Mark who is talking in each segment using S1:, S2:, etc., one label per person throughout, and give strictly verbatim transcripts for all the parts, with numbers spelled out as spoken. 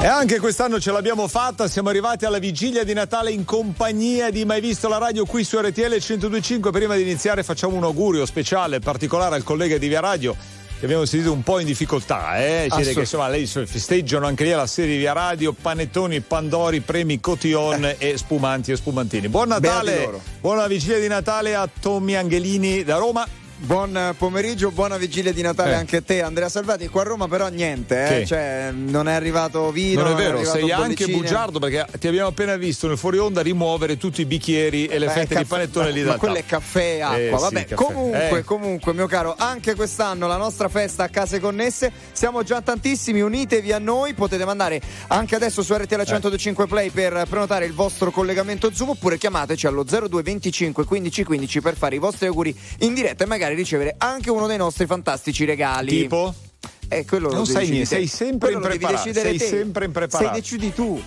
S1: E anche quest'anno ce l'abbiamo fatta, siamo arrivati alla vigilia di Natale in compagnia di Mai Visto la Radio qui su R T L centodue e cinque. Prima di iniziare facciamo un augurio speciale, particolare al collega di Via Radio, che abbiamo sentito un po' in difficoltà, eh? Ci che insomma lei festeggiano anche lì alla serie di Via Radio, panettoni, pandori, premi cotillon eh. e spumanti e spumantini. Buon Natale, buona vigilia di Natale a Tommy Angelini da Roma.
S2: Buon pomeriggio, buona vigilia di Natale eh. anche a te, Andrea Salvati. Qua a Roma però niente, eh? Cioè non è arrivato vino.
S1: Non è vero,
S2: non è
S1: sei
S2: bollicine.
S1: Anche bugiardo, perché ti abbiamo appena visto nel fuori onda rimuovere tutti i bicchieri e le Beh, fette caffè, di panettone lì da
S2: ma quello è caffè e acqua.
S1: Eh,
S2: Vabbè,
S1: sì,
S2: comunque,
S1: eh.
S2: comunque, mio caro, anche quest'anno la nostra festa a Case Connesse. Siamo già tantissimi, unitevi a noi. Potete mandare anche adesso su R T L centodue e cinque Play per prenotare il vostro collegamento Zoom, oppure chiamateci allo zero due venticinque quindici quindici per fare i vostri auguri in diretta e magari ricevere anche uno dei nostri fantastici regali.
S1: Tipo?
S2: Eh, quello
S1: non sai niente, sei sempre impreparato. Sei
S2: te.
S1: sempre impreparato.
S2: Sei decidi tu.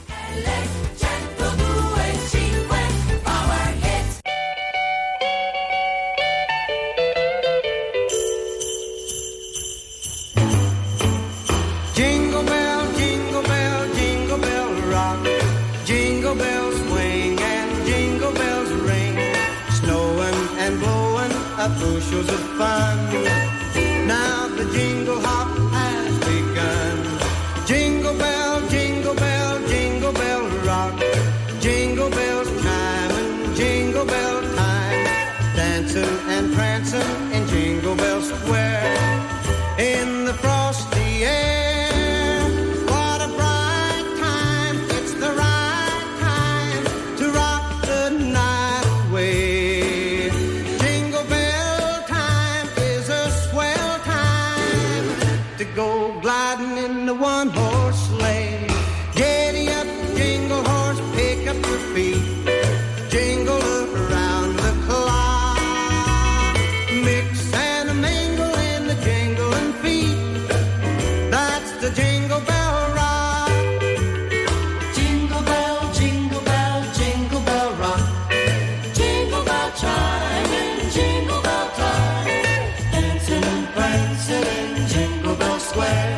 S3: Jingle bell, jingle bell, jingle bell rock. Jingle bells swing and jingle bells ring. Snowing and blowing up bushels of fun. Now the jingle hop has begun. Jingle bell, jingle bell, jingle bell rock. Jingle bells chime and jingle bell time. Dancing and prancing in Jingle Bell Square. In the frosty air, what a bright time. It's the right time to rock the night away. Jingle bell time is a swell time to go gliding in the one-horse sleigh. Giddy up, jingle horse, pick up your feet. Jingle around the clock. Mix and a mingle in the jingling feet. That's the Jingle Bell Rock. Jingle bell, jingle bell, jingle bell rock. Jingle bell chime and jingle bell time. Dancing and prancing in Jingle Bell Square.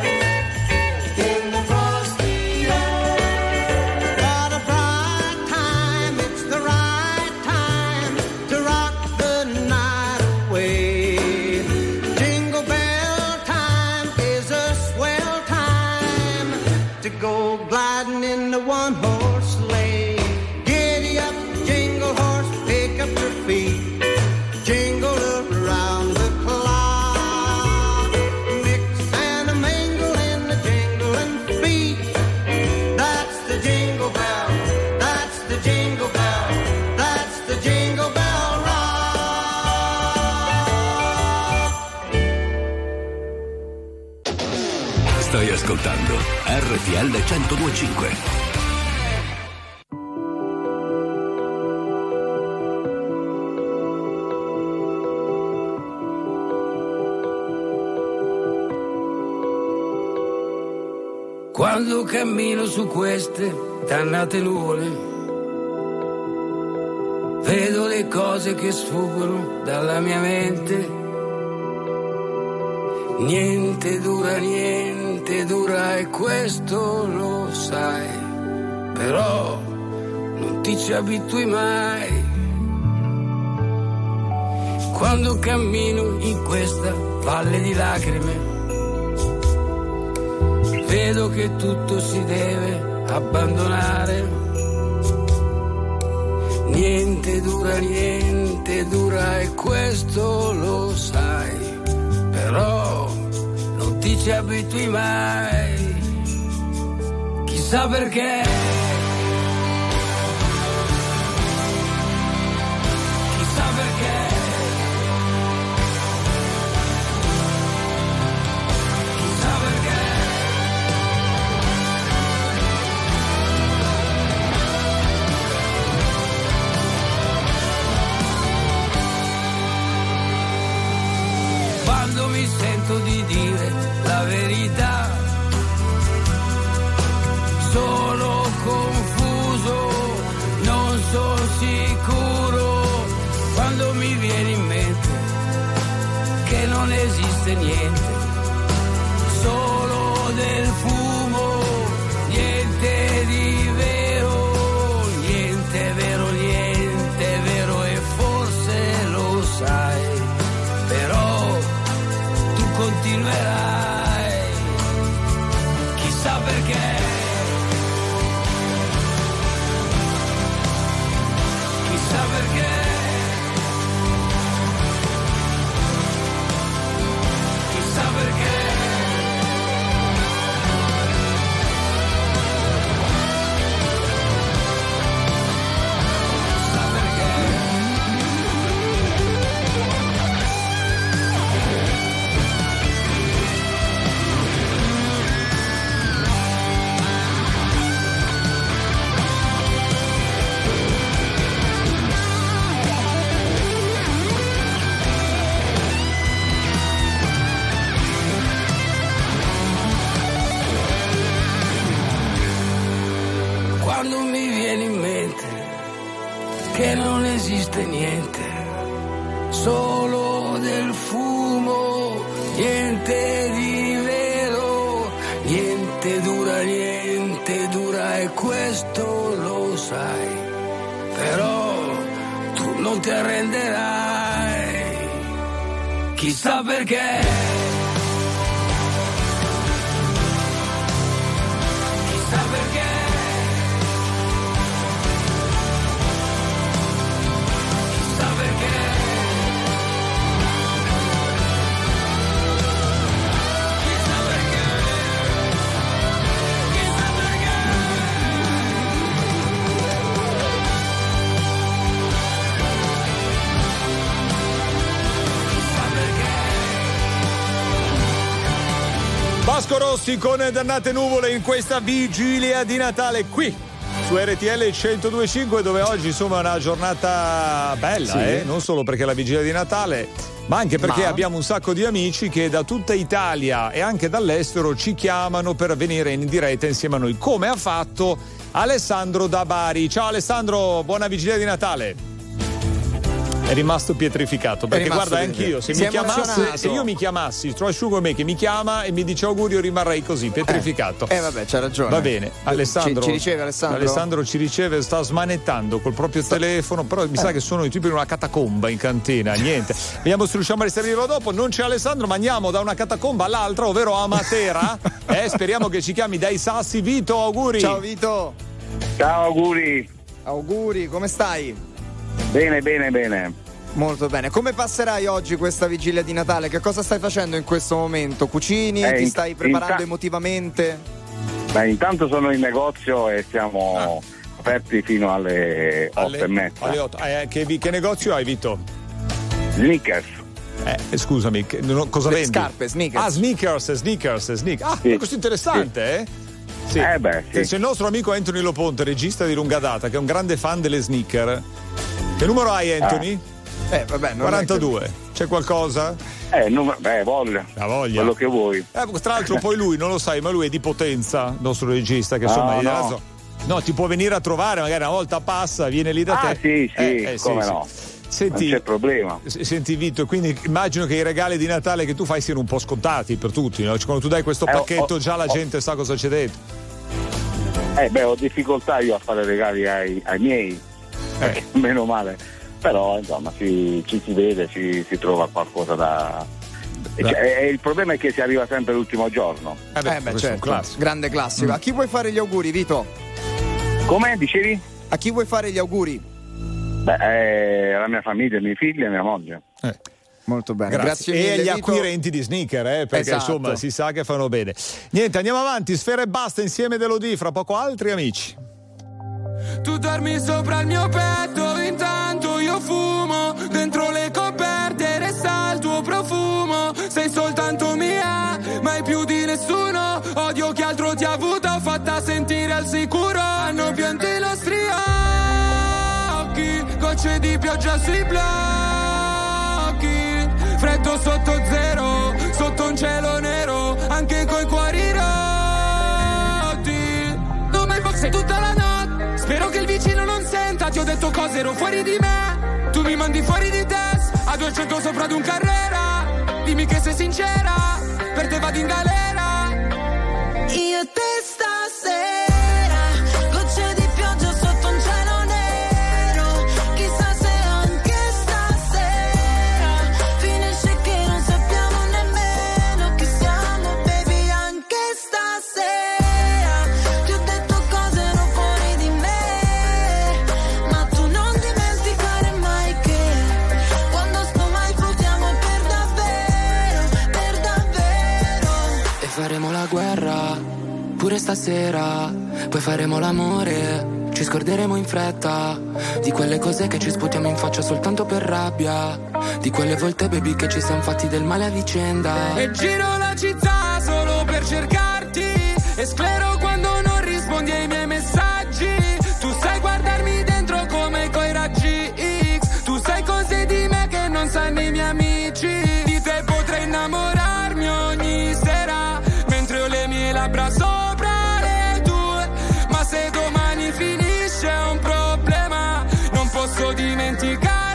S3: In the frosty air. What a bright time, it's the right time to rock the night away. Jingle bell time is a swell time to go gliding in the one-horse sleigh. Giddy up, jingle horse, pick up your feet. Jingle around the clock. Mix and a mingle in the jingling feet. That's the Jingle Bell, that's the Jingle Bell, that's the Jingle Bell Rock.
S4: Stai ascoltando R T L centodue e cinque.
S5: Quando cammino su queste dannate nuvole, vedo le cose che sfuggono dalla mia mente. Niente dura, niente dura e questo lo sai, però non ti ci abitui mai. Quando cammino in questa valle di lacrime, vedo che tutto si deve abbandonare. Niente dura, niente dura e questo lo sai, però non ti ci abitui mai. Chissà perché, chissà perché. Quando mi sento di dire la verità, sono confuso, non sono sicuro. Quando mi viene in mente che non esiste niente, solo del fumo, niente esiste niente, solo del fumo, niente di vero, niente dura, niente dura e questo lo sai, però tu non ti arrenderai, chissà perché. Chissà perché. Chissà perché. Chissà perché. Chissà perché. Chissà perché.
S1: Vasco Rossi con Dannate nuvole in questa vigilia di Natale qui su R T L centodue e cinque, dove oggi insomma è una giornata bella, sì. eh? Non solo perché è la vigilia di Natale, ma anche perché ma... abbiamo un sacco di amici che da tutta Italia e anche dall'estero ci chiamano per venire in diretta insieme a noi, come ha fatto Alessandro da Bari. Ciao Alessandro, buona vigilia di Natale. È rimasto pietrificato perché rimasto guarda anch'io se, mi chiamasse, se io mi chiamassi Troy Sugar me che mi chiama e mi dice augurio, rimarrei così pietrificato.
S2: Eh, eh vabbè, c'ha ragione.
S1: Va bene, Alessandro
S2: ci, ci riceve Alessandro?
S1: Alessandro ci riceve, sta smanettando col proprio sta... telefono, però mi eh. sa che sono tipo in una catacomba in cantina, niente. Vediamo se riusciamo a ristabilirlo dopo. Non c'è Alessandro, ma andiamo da una catacomba all'altra, ovvero a Matera. eh, speriamo che ci chiami dai Sassi. Vito, auguri.
S2: Ciao Vito.
S6: Ciao, auguri.
S2: Auguri, come stai?
S6: Bene, bene, bene.
S2: Molto bene. Come passerai oggi questa vigilia di Natale? Che cosa stai facendo in questo momento? Cucini?
S6: Eh,
S2: Ti stai preparando
S6: ta-
S2: emotivamente?
S6: Beh, intanto sono in negozio e siamo ah. aperti fino alle,
S1: alle
S6: otto e mezza.
S1: Alle otto. Eh, che, che negozio hai, Vito?
S6: Sneakers.
S1: Eh, scusami, che, no, cosa
S2: Le
S1: vendi?
S2: Scarpe, sneakers.
S1: Ah, sneakers, sneakers, sneakers. Ah,
S6: sì.
S1: questo è interessante, sì. eh? Sì.
S6: Eh beh, sì.
S1: Se il nostro amico Anthony Loponte, regista di lunga data, che è un grande fan delle sneaker, che numero hai, Anthony?
S6: Ah.
S2: Eh, vabbè, non
S1: quarantadue.
S2: Che...
S1: C'è qualcosa?
S6: Eh, numero, beh, voglia.
S1: La voglia.
S6: Quello che vuoi.
S1: Eh, tra l'altro poi lui, non lo sai, ma lui è di Potenza, il nostro regista, che insomma...
S6: No,
S1: no. no, ti può venire a trovare, magari una volta passa, viene lì da
S6: ah,
S1: te.
S6: sì, sì,
S1: eh, eh,
S6: come
S1: sì,
S6: no.
S1: Sì. Senti,
S6: non c'è problema.
S1: Senti Vito, quindi immagino che i regali di Natale che tu fai siano un po' scontati per tutti, no? Cioè, quando tu dai questo
S6: eh,
S1: pacchetto
S6: ho,
S1: già la
S6: ho,
S1: gente sa cosa c'è dentro.
S6: Eh beh, ho difficoltà io a fare regali ai, ai miei, eh. meno male. Però insomma ci, ci si vede, ci si trova qualcosa da... E cioè, e il problema è che si arriva sempre l'ultimo giorno.
S2: Eh beh, eh beh certo, classico. Grande classico. Mm. A chi vuoi fare gli auguri, Vito?
S6: Come dicevi?
S2: A chi vuoi fare gli auguri?
S6: Beh, eh, alla mia famiglia, ai miei figli e a mia moglie.
S1: Eh.
S2: Molto bene,
S1: grazie, grazie
S2: mille,
S1: e agli
S2: Vito.
S1: acquirenti di sneaker, eh, perché
S2: esatto.
S1: insomma si sa che fanno bene. Niente, andiamo avanti, Sfera e Basta insieme Delodì, fra poco altri amici.
S7: Tu dormi sopra il mio petto, intanto io fumo, dentro le coperte resta il tuo profumo, sei soltanto mia, mai più di nessuno, odio chi altro ti ha avuto, fatta sentire al sicuro, hanno pianto i nostri occhi, gocce di pioggia sui blocchi, freddo sotto zero, sotto un cielo nero, anche coi cuori rotti, non mai sei tutta la notte. Spero che il vicino non senta, ti ho detto cose, ero fuori di me. Tu mi mandi fuori di testa, a duecento sopra ad un Carrera. Dimmi che sei sincera, per te vado in galera.
S8: Io e te stasera, gocce di pioggia sotto un cielo nero. Chissà se anche stasera finisce che non sappiamo nemmeno chi siamo, baby, anche stasera. Ti ho detto cose non fuori di me, ma tu non dimenticare mai che quando sto mai proviamo per davvero, per davvero.
S7: E faremo la guerra pure stasera, poi faremo l'amore, ci scorderemo in fretta di quelle cose che ci sputiamo in faccia soltanto per rabbia, di quelle volte baby che ci siamo fatti del male a vicenda. E giro la città solo per cercarti, e sclero quando non rispondi ai miei messaggi. Tu sai guardarmi dentro come coi raggi X, tu sai cose di me che non sanno i miei amici. Di te potrei innamorarmi ogni sera, mentre ho le mie labbra sopra le tue. Ma se domani finisce è un problema, non posso dimenticare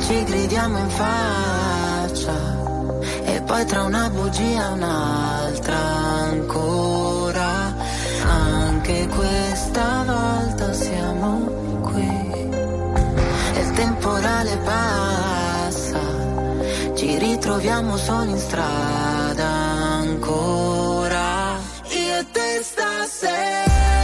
S8: ci gridiamo in faccia e poi tra una bugia e un'altra ancora. Anche questa volta siamo qui e il temporale passa, ci ritroviamo soli in strada ancora. Io e te stasera.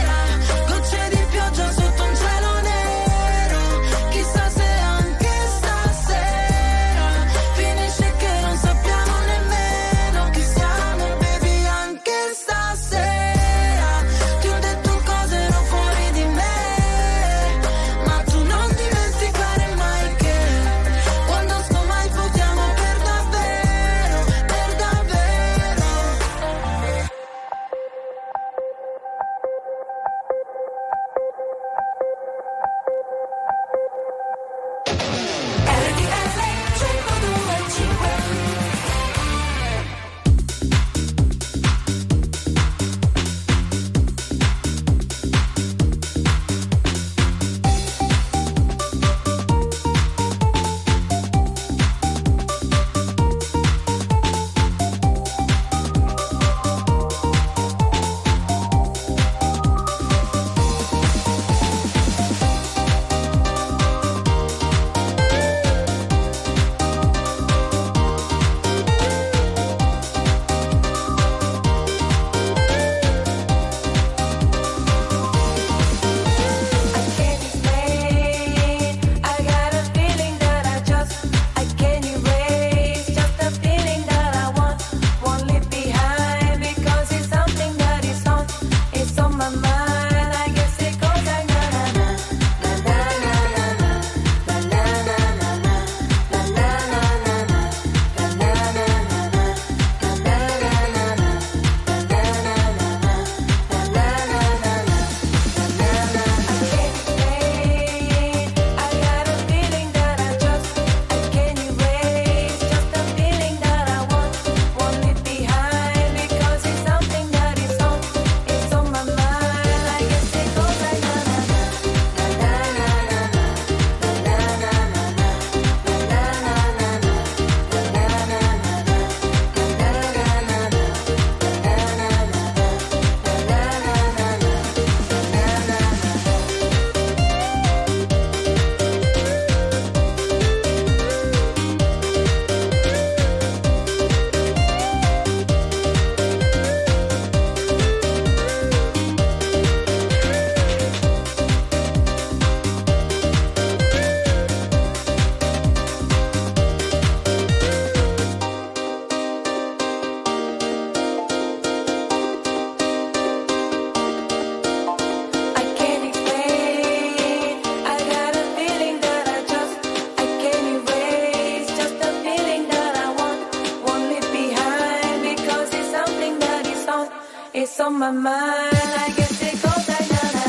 S9: It's on my mind, I guess it goes like na na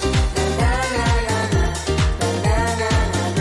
S9: na na na na na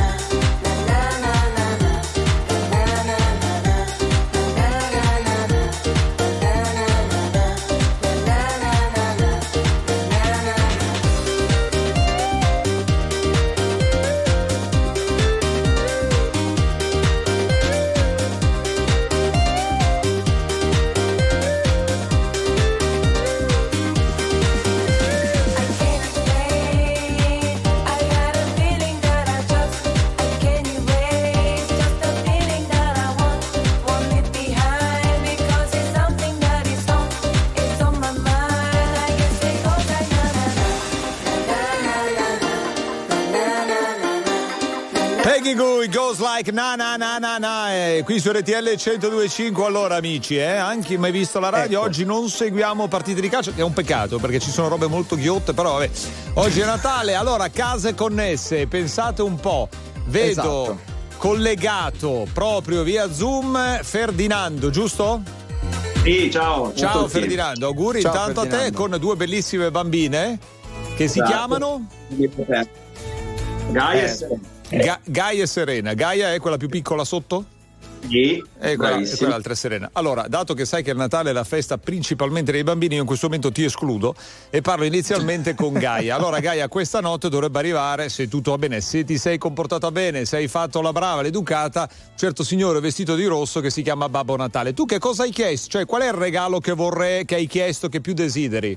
S1: Peggy Gui, Goes Like Na Na Na Na Na, eh, qui su R T L centodue e cinque. Allora amici, eh, anche mai visto la radio, ecco. Oggi non seguiamo partite di calcio, che è un peccato perché ci sono robe molto ghiotte, però vabbè, oggi è Natale. Allora, case connesse, pensate un po', vedo esatto. collegato proprio via Zoom Ferdinando, giusto?
S10: Sì, ciao.
S1: Ciao Ferdinando, auguri ciao, intanto Ferdinando. A te con due bellissime bambine che si esatto. chiamano
S10: Gaia e Serena.
S1: Ga- Gaia e Serena. Gaia è quella più piccola sotto?
S10: Sì,
S1: e quella, e quell'altra è Serena. Allora, dato che sai che il Natale è la festa principalmente dei bambini, io in questo momento ti escludo e parlo inizialmente con Gaia. Allora Gaia, questa notte dovrebbe arrivare, se tutto va bene, se ti sei comportata bene, se hai fatto la brava, l'educata, un certo signore vestito di rosso che si chiama Babbo Natale. Tu che cosa hai chiesto? Cioè, qual è il regalo che vorrei, che hai chiesto, che più desideri?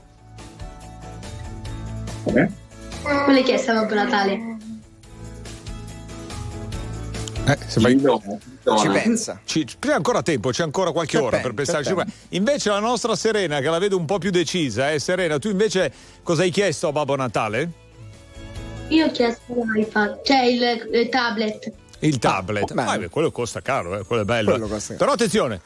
S11: Cosa hai chiesto a Babbo Natale?
S1: Eh, se vai...
S2: Ci pensa.
S1: Ci, c'è ancora tempo, c'è ancora qualche
S2: C'è
S1: ora
S2: tempo,
S1: per pensarci.
S2: c'è tempo.
S1: Invece la nostra Serena, che la vedo un po' più decisa, eh? Serena, tu invece cosa hai chiesto a Babbo Natale?
S11: Io ho chiesto l'iPad, cioè il, il tablet.
S1: Il tablet.
S2: Ah,
S1: ah, beh, quello costa caro, eh? Quello è bello.
S2: Quello costa caro.
S1: Però attenzione.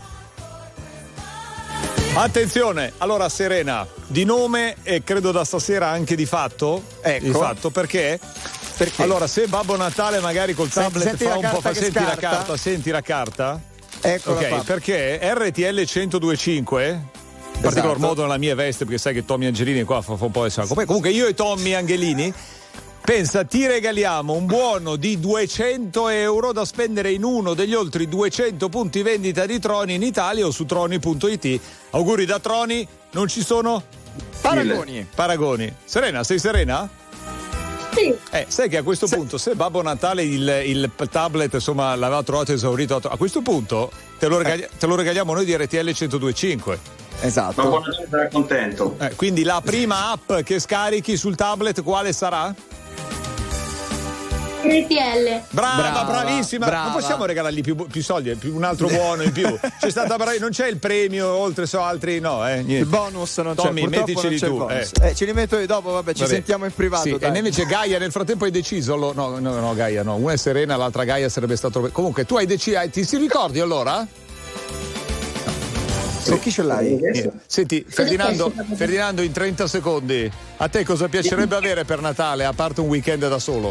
S1: Attenzione, allora Serena, di nome e credo da stasera anche di fatto,
S2: Ecco.
S1: di fatto perché?
S2: Perché?
S1: Allora, se Babbo Natale magari col
S2: Senti-
S1: tablet
S2: senti
S1: fa
S2: la
S1: un po',
S2: carta
S1: fa,
S2: che
S1: senti la
S2: scarta?
S1: carta, senti la carta?
S2: Eccola
S1: Ok,
S2: qua.
S1: perché R T L centodue e cinque, in particolar
S2: Esatto.
S1: modo nella mia veste, perché sai che Tommy Angelini qua fa, fa un po' il sacco. Poi comunque io e Tommy Angelini, pensa, ti regaliamo un buono di duecento euro da spendere in uno degli oltre duecento punti vendita di Troni in Italia o su troni punto it. Auguri da Troni, non ci sono
S2: Paragoni.
S1: paragoni. Serena, sei serena?
S11: Sì.
S1: Eh, sai che a questo punto, se Babbo Natale il, il tablet insomma l'aveva trovato esaurito, a questo punto te lo, regali- te lo regaliamo noi di R T L centodue e cinque.
S2: Esatto.
S10: Babbo Natale sarà contento.
S1: Eh, quindi la prima app che scarichi sul tablet quale sarà?
S11: R T L.
S1: Brava,
S2: Brava,
S1: bravissima.
S2: brava.
S1: Non possiamo regalargli più, più soldi, più un altro buono in più. C'è stata bra- non c'è il premio oltre so altri, no, eh, niente.
S2: Il bonus non
S1: Tommy,
S2: c'è, purtroppo
S1: metticeli
S2: non c'è il
S1: tu,
S2: bonus.
S1: eh.
S2: Eh, ce li metto io dopo, vabbè, ci
S1: Vabbè.
S2: sentiamo in privato.
S1: Sì,
S2: dai.
S1: e invece Gaia nel frattempo hai deciso, lo- no, no, no, Gaia, no, una è Serena, l'altra Gaia sarebbe stato. Comunque tu hai deciso, ti si ricordi allora?
S2: Con chi ce l'hai?
S1: Eh, Senti, Ferdinando, Ferdinando, in trenta secondi, a te cosa piacerebbe avere per Natale, a parte un weekend da solo?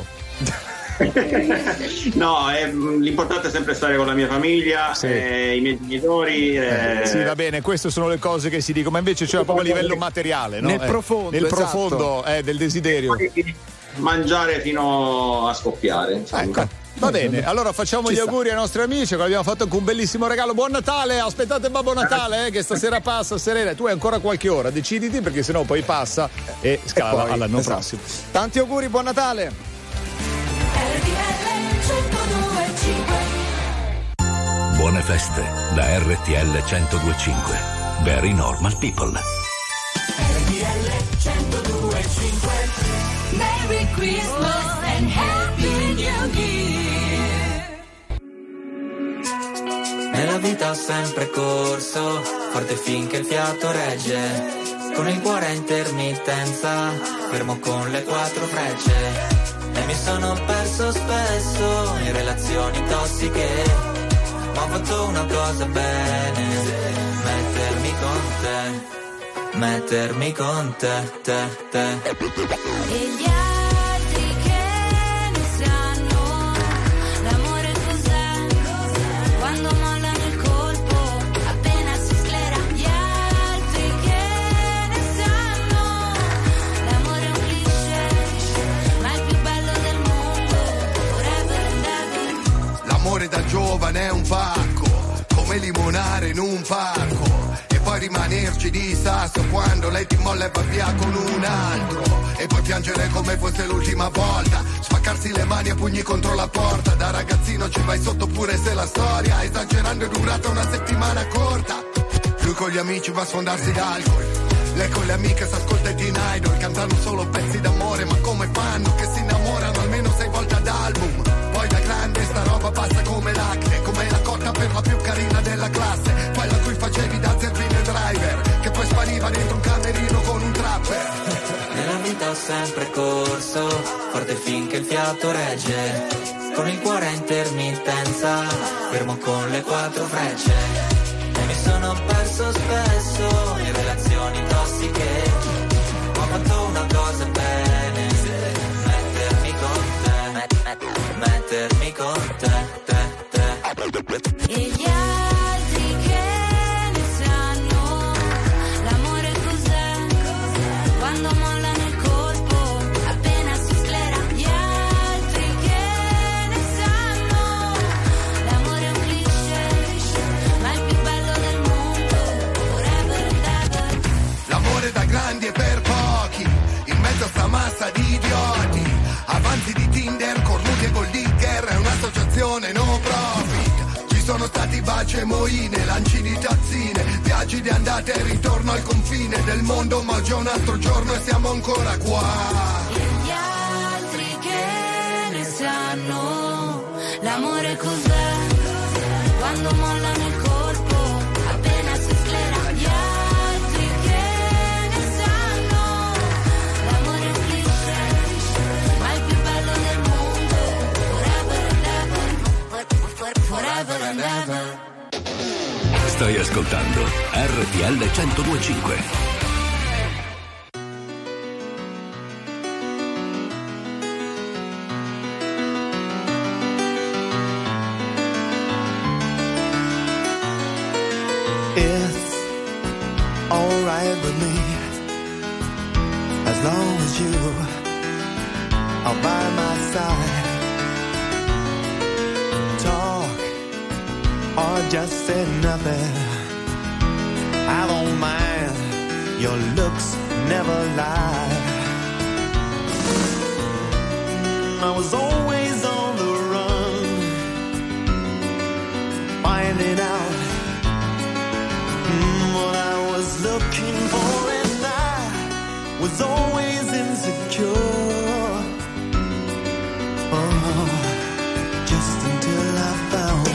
S10: No, è- l'importante è sempre stare con la mia famiglia,
S1: Sì.
S10: eh, i miei genitori. eh,
S1: Eh, sì, va bene, queste sono le cose che si dicono, ma invece c'è proprio a livello materiale, no?
S2: Nel
S1: Eh,
S2: profondo,
S1: nel
S2: esatto.
S1: profondo eh, del desiderio.
S10: mangiare fino a scoppiare. insomma.
S1: Ecco, va bene, allora facciamo
S2: Ci
S1: gli
S2: sta.
S1: auguri ai nostri amici, che abbiamo fatto anche un bellissimo regalo. Buon Natale, aspettate Babbo Natale, eh, che stasera passa, Serena. Tu hai ancora qualche ora, deciditi, perché sennò poi passa e scala
S2: poi,
S1: all'anno
S2: esatto.
S1: prossimo.
S2: Tanti auguri, buon Natale.
S4: Buone feste da R T L centodue e cinque. Very normal people.
S8: Merry Christmas and Happy New Year.
S12: Nella vita ho sempre corso, forte finché il fiato regge. Con il cuore a intermittenza, fermo con le quattro frecce. E mi sono perso spesso in relazioni tossiche. Ma ho fatto una cosa bene, mettermi con te, mettermi con te, te, te.
S8: E gli altri che ne sanno l'amore cos'è, quando mollano il colpo appena si sclera. Gli altri che ne sanno l'amore è un cliché, ma è il più bello del mondo, forever and ever.
S13: L'amore da giovane è un pacco, come limonare in un parco. E poi rimanerci di sasso quando lei ti molla e va via con un altro. E poi piangere come fosse l'ultima volta, spaccarsi le mani a pugni contro la porta. Da ragazzino ci vai sotto pure se la storia, esagerando, è durata una settimana corta. Lui con gli amici va a sfondarsi d'alcol, lei con le amiche s'ascolta i Teen Idol. Cantano solo pezzi d'amore, ma come fanno che si innamorano almeno sei volte ad album. Poi da grande sta roba passa come l'acne, come la cotta per la più carina della classe. Quella a cui facevi da zerbino e driver, che poi spariva dentro un camerino con un trapper.
S12: Nella vita ho sempre corso, forte finché il fiato regge. Con il cuore a intermittenza, fermo con le quattro frecce. E mi sono perso spesso in relazioni tossiche. Ma ho fatto una cosa bene, mettermi con te, met- met- mettermi con te, te, te.
S8: E gli altri che ne sanno l'amore cos'è, quando mollano il colpo appena si sclera. Gli altri che ne sanno l'amore è un cliché,
S13: Sono stati baci e moine, lanci di tazzine, viaggi di andata e ritorno al confine del mondo, ma già un altro giorno e siamo ancora qua.
S8: E gli altri che ne sanno, l'amore cos'è? Quando mollano il colpo, appena si sclera. Gli altri che ne sanno, l'amore è un cliché, ma il più bello del mondo. Forever and ever, forever and ever.
S4: Stai ascoltando R T L centodue e cinque.
S14: It's alright with me, as long as you are by my side. Talk or just say nothing, I don't mind, your looks never lie. I was always on the run, finding out what I was looking for, and I was always insecure. Oh, just until I found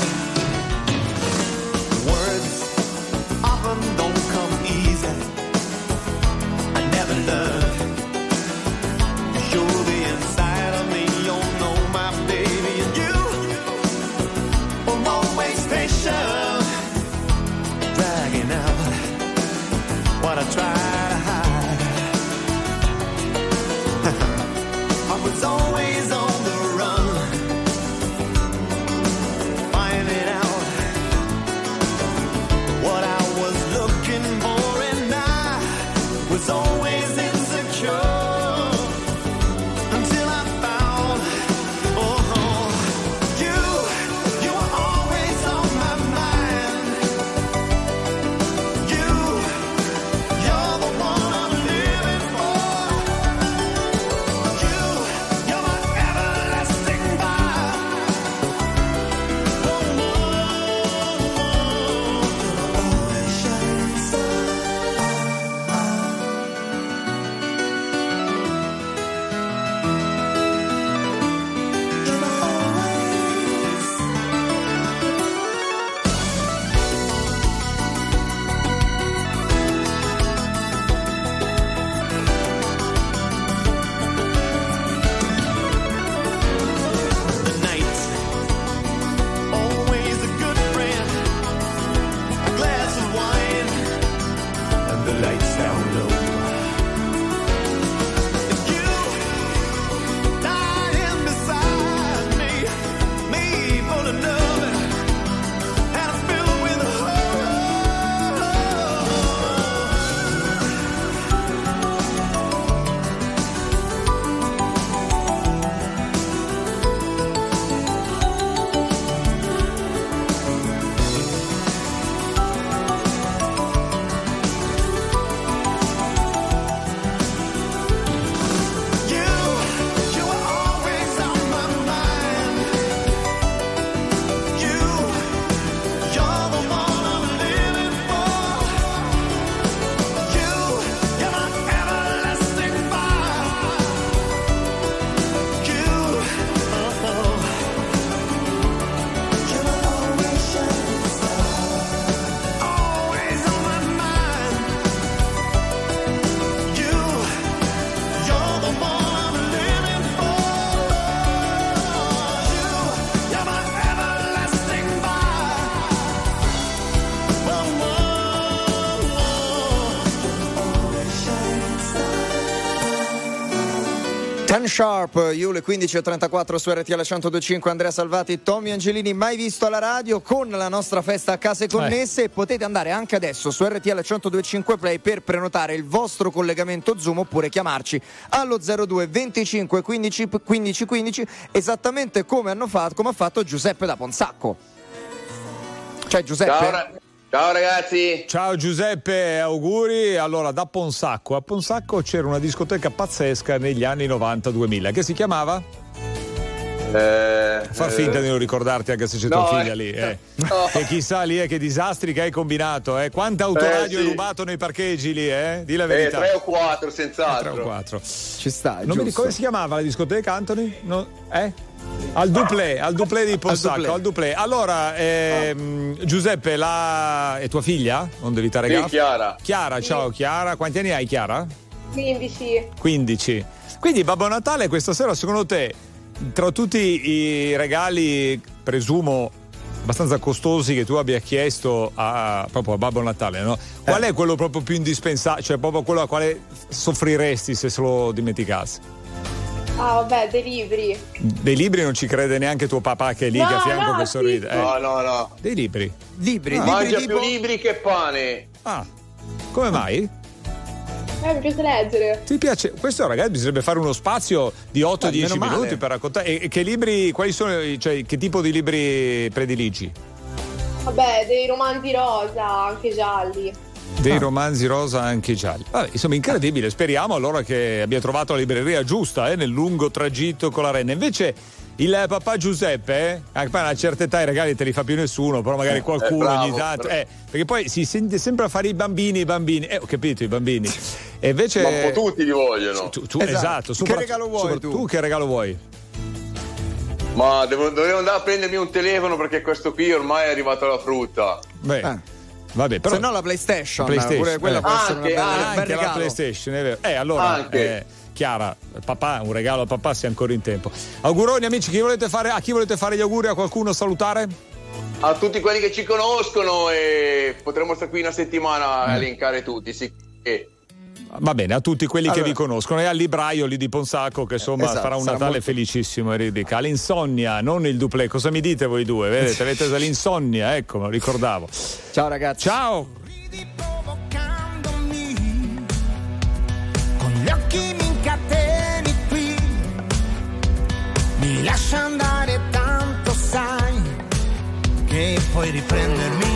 S14: words often don't come easy. I never learned to show the inside of me. You know my baby, and you were always patient, dragging out what I try to hide. I was always on the run, finding out what I was looking for, and I was always insecure until I found, oh, you, you were always on my mind. You, you're the one I'm living for. You, you're my everlasting vibe. Oh, always shining the night, always a good friend. A glass of wine and the lights down low. And you lying beside me, me full of love and I'm filled with you, you were always on my mind. You, you're the one I'm living for. You, you're my everlasting vibe. You, oh, you were always shining star, always on my mind. You, you're the one I'm living for. You, you're my everlasting vibe. Whoa, whoa, whoa. Always shining
S2: Ten Sharp, You, le quindici e trentaquattro su R T L centodue e cinque. Andrea Salvati, Tommy Angelini, mai visto alla radio, con la nostra festa a case connesse. E potete andare anche adesso su R T L centodue e cinque Play per prenotare il vostro collegamento Zoom, oppure chiamarci allo zero due venticinque quindici quindici quindici, esattamente come hanno fatto, come ha fatto Giuseppe da Ponsacco. Cioè Giuseppe,
S15: Ciao, ra- ciao ragazzi.
S1: Ciao Giuseppe, auguri. Allora, da Ponsacco a Ponsacco c'era una discoteca pazzesca negli anni novanta duemila che si chiamava?
S15: Eh,
S1: Far finta
S15: eh.
S1: di non ricordarti anche se c'è
S15: No,
S1: tua figlia
S15: eh.
S1: lì, eh.
S15: No.
S1: Che chissà lì, eh, che disastri che hai combinato, eh. Quanta autoradio
S15: Eh, sì.
S1: hai rubato nei parcheggi lì, eh? Di la
S15: Eh,
S1: verità.
S15: tre o quattro, senz'altro.
S1: tre o quattro.
S2: Ci sta,
S1: Non mi ricordo come si chiamava la discoteca, Anthony? No, eh? Al duplé, al duplé di Possacco, al duplé. Allora, ehm, Giuseppe, la... è tua figlia? Non devi stare
S15: Sì,
S1: gaffe?
S15: Chiara.
S1: Chiara, ciao Chiara. Quanti anni hai, Chiara?
S16: quindici.
S1: quindici. Quindi Babbo Natale questa sera, secondo te, tra tutti i regali, presumo, abbastanza costosi che tu abbia chiesto a, proprio a Babbo Natale, no? Qual è quello proprio più indispensabile, cioè proprio quello a quale soffriresti se se lo dimenticassi?
S16: Ah, vabbè, dei libri.
S1: Dei libri non ci crede neanche tuo papà che è lì
S16: No,
S1: che a fianco
S16: no,
S1: che
S16: sì.
S1: sorride. Eh.
S15: No, no, no.
S1: Dei libri.
S2: Libri,
S1: Ah.
S2: libri
S15: Mangia
S2: tipo...
S15: più libri che pane.
S1: Ah, come mai?
S16: Eh, mi piace leggere.
S1: Ti piace? Questo ragazzi bisognerebbe fare uno spazio di otto dieci
S2: meno male.
S1: minuti per raccontare. E, e che libri, quali sono, cioè che tipo di libri prediligi?
S16: Vabbè, dei romanzi rosa, anche gialli.
S1: Dei romanzi rosa anche gialli. Vabbè, insomma, incredibile. Speriamo allora che abbia trovato la libreria giusta eh, nel lungo tragitto con la renna. Invece il papà Giuseppe, eh, anche a una certa età i regali te li fa più nessuno, però magari qualcuno
S15: Eh, bravo,
S1: ogni tanto.
S15: bravo.
S1: Eh, perché poi si sente sempre a fare i bambini, i bambini. Eh, ho capito, i bambini. E invece.
S15: Ma un po' tutti li vogliono.
S1: Tu, tu-
S2: Esatto.
S1: esatto.
S2: Che
S1: sopra-
S2: regalo vuoi
S1: sopra-
S2: tu?
S1: Tu che regalo vuoi?
S15: Ma devo, dovevo andare a prendermi un telefono perché questo qui ormai è arrivato alla frutta.
S1: Beh.
S2: Eh.
S1: Vabbè, però
S2: Se no la PlayStation,
S1: PlayStation,
S2: pure quella
S1: eh.
S2: può essere una
S15: Anche,
S2: bella, un bel
S1: anche la
S2: regalo.
S1: PlayStation, è vero. Eh, allora,
S15: Anche.
S1: eh, Chiara, papà, un regalo a papà, sei ancora in tempo. Auguroni amici, chi volete fare, a chi volete fare gli auguri? A qualcuno salutare?
S15: A tutti quelli che ci conoscono e potremmo stare qui una settimana a elencare tutti. Sì. E
S1: Va bene, a tutti quelli
S2: Allora.
S1: che vi conoscono e al libraio lì di Ponsacco che insomma
S2: Esatto,
S1: farà un
S2: sarà
S1: Natale
S2: molto-
S1: felicissimo e ridica. L'insonnia, non il duplé. Cosa mi dite voi due? Vedete, avete l'insonnia, ecco, me lo ricordavo.
S2: Ciao ragazzi.
S1: Ciao!
S14: Con gli occhi mi incateni qui, mi lascia andare tanto, sai che puoi riprendermi.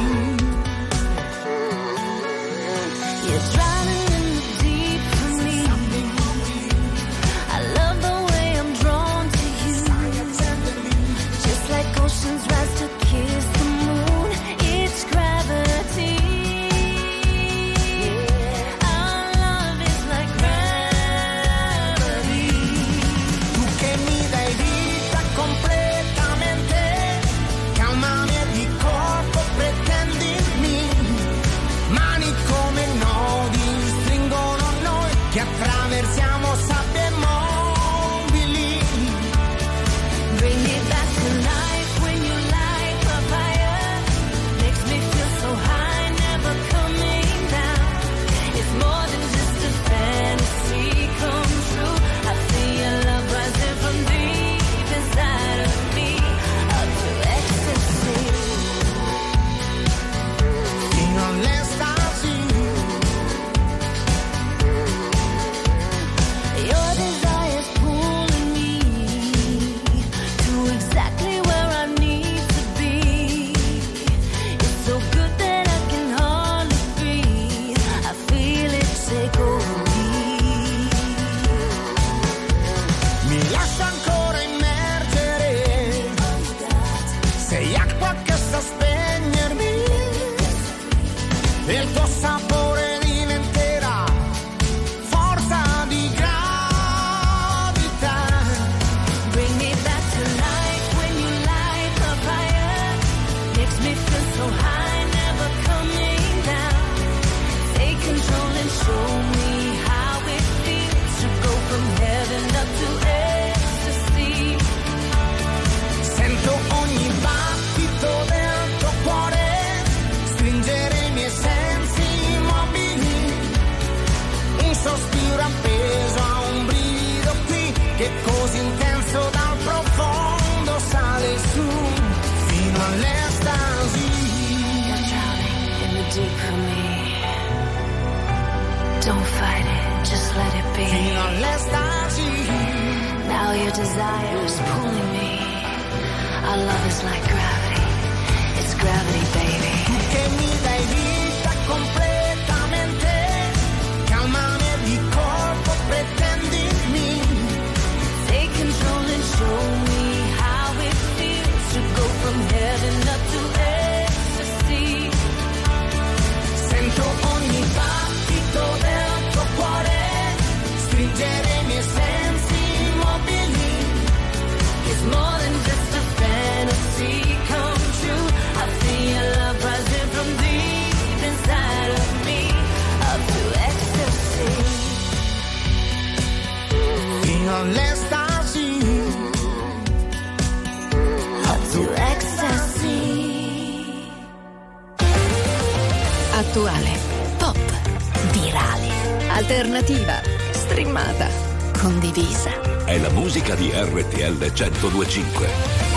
S8: You're drowning in the deep for me. I love the way I'm drawn to you. Just like oceans rise to kiss the moon. It's gravity. Our love is like gravity.
S14: Tu che mi dai vita completamente, calmami e di corpo pretendimi. Mani come nodi stringono noi che attraversiamo sabbie mobili.
S8: Bring me back to life when you light my fire. Makes me feel so high, never coming down. It's more than just a fantasy come true. I feel your love rising from deep inside of me, up to ecstasy.
S14: Fino all'estasi.
S8: Your desire's pulling me to exactly where I need to be. It's so good that I can hardly breathe. I feel it take over me.
S14: Mi lascia ancora immergere. Sei acqua che sa spegnermi. E il tuo sapore diventerà forza di gravità.
S8: Bring me back to life when you light the fire. Makes me feel so high, never coming down. Take control and show me how it feels to go from heaven up to ecstasy.
S14: Sento ogni battito del tuo cuore stringere i miei sensi immobili. Un sospiro appeso a un brivido qui che così intenso dal profondo sale su fino all'estasi.
S8: You're drowning in the deep for me. Don't fight it, just let it be.
S14: Fino all'estasi.
S8: Now your desire is pulling me. Our love is like gravity. It's gravity, baby.
S14: Tu che mi dai vita completamente, calmami e di corpo pretendimi.
S8: Take control and show me how
S17: attuale, pop, virale, alternativa, streamata, condivisa.
S4: È la musica di R T L centodue e cinque.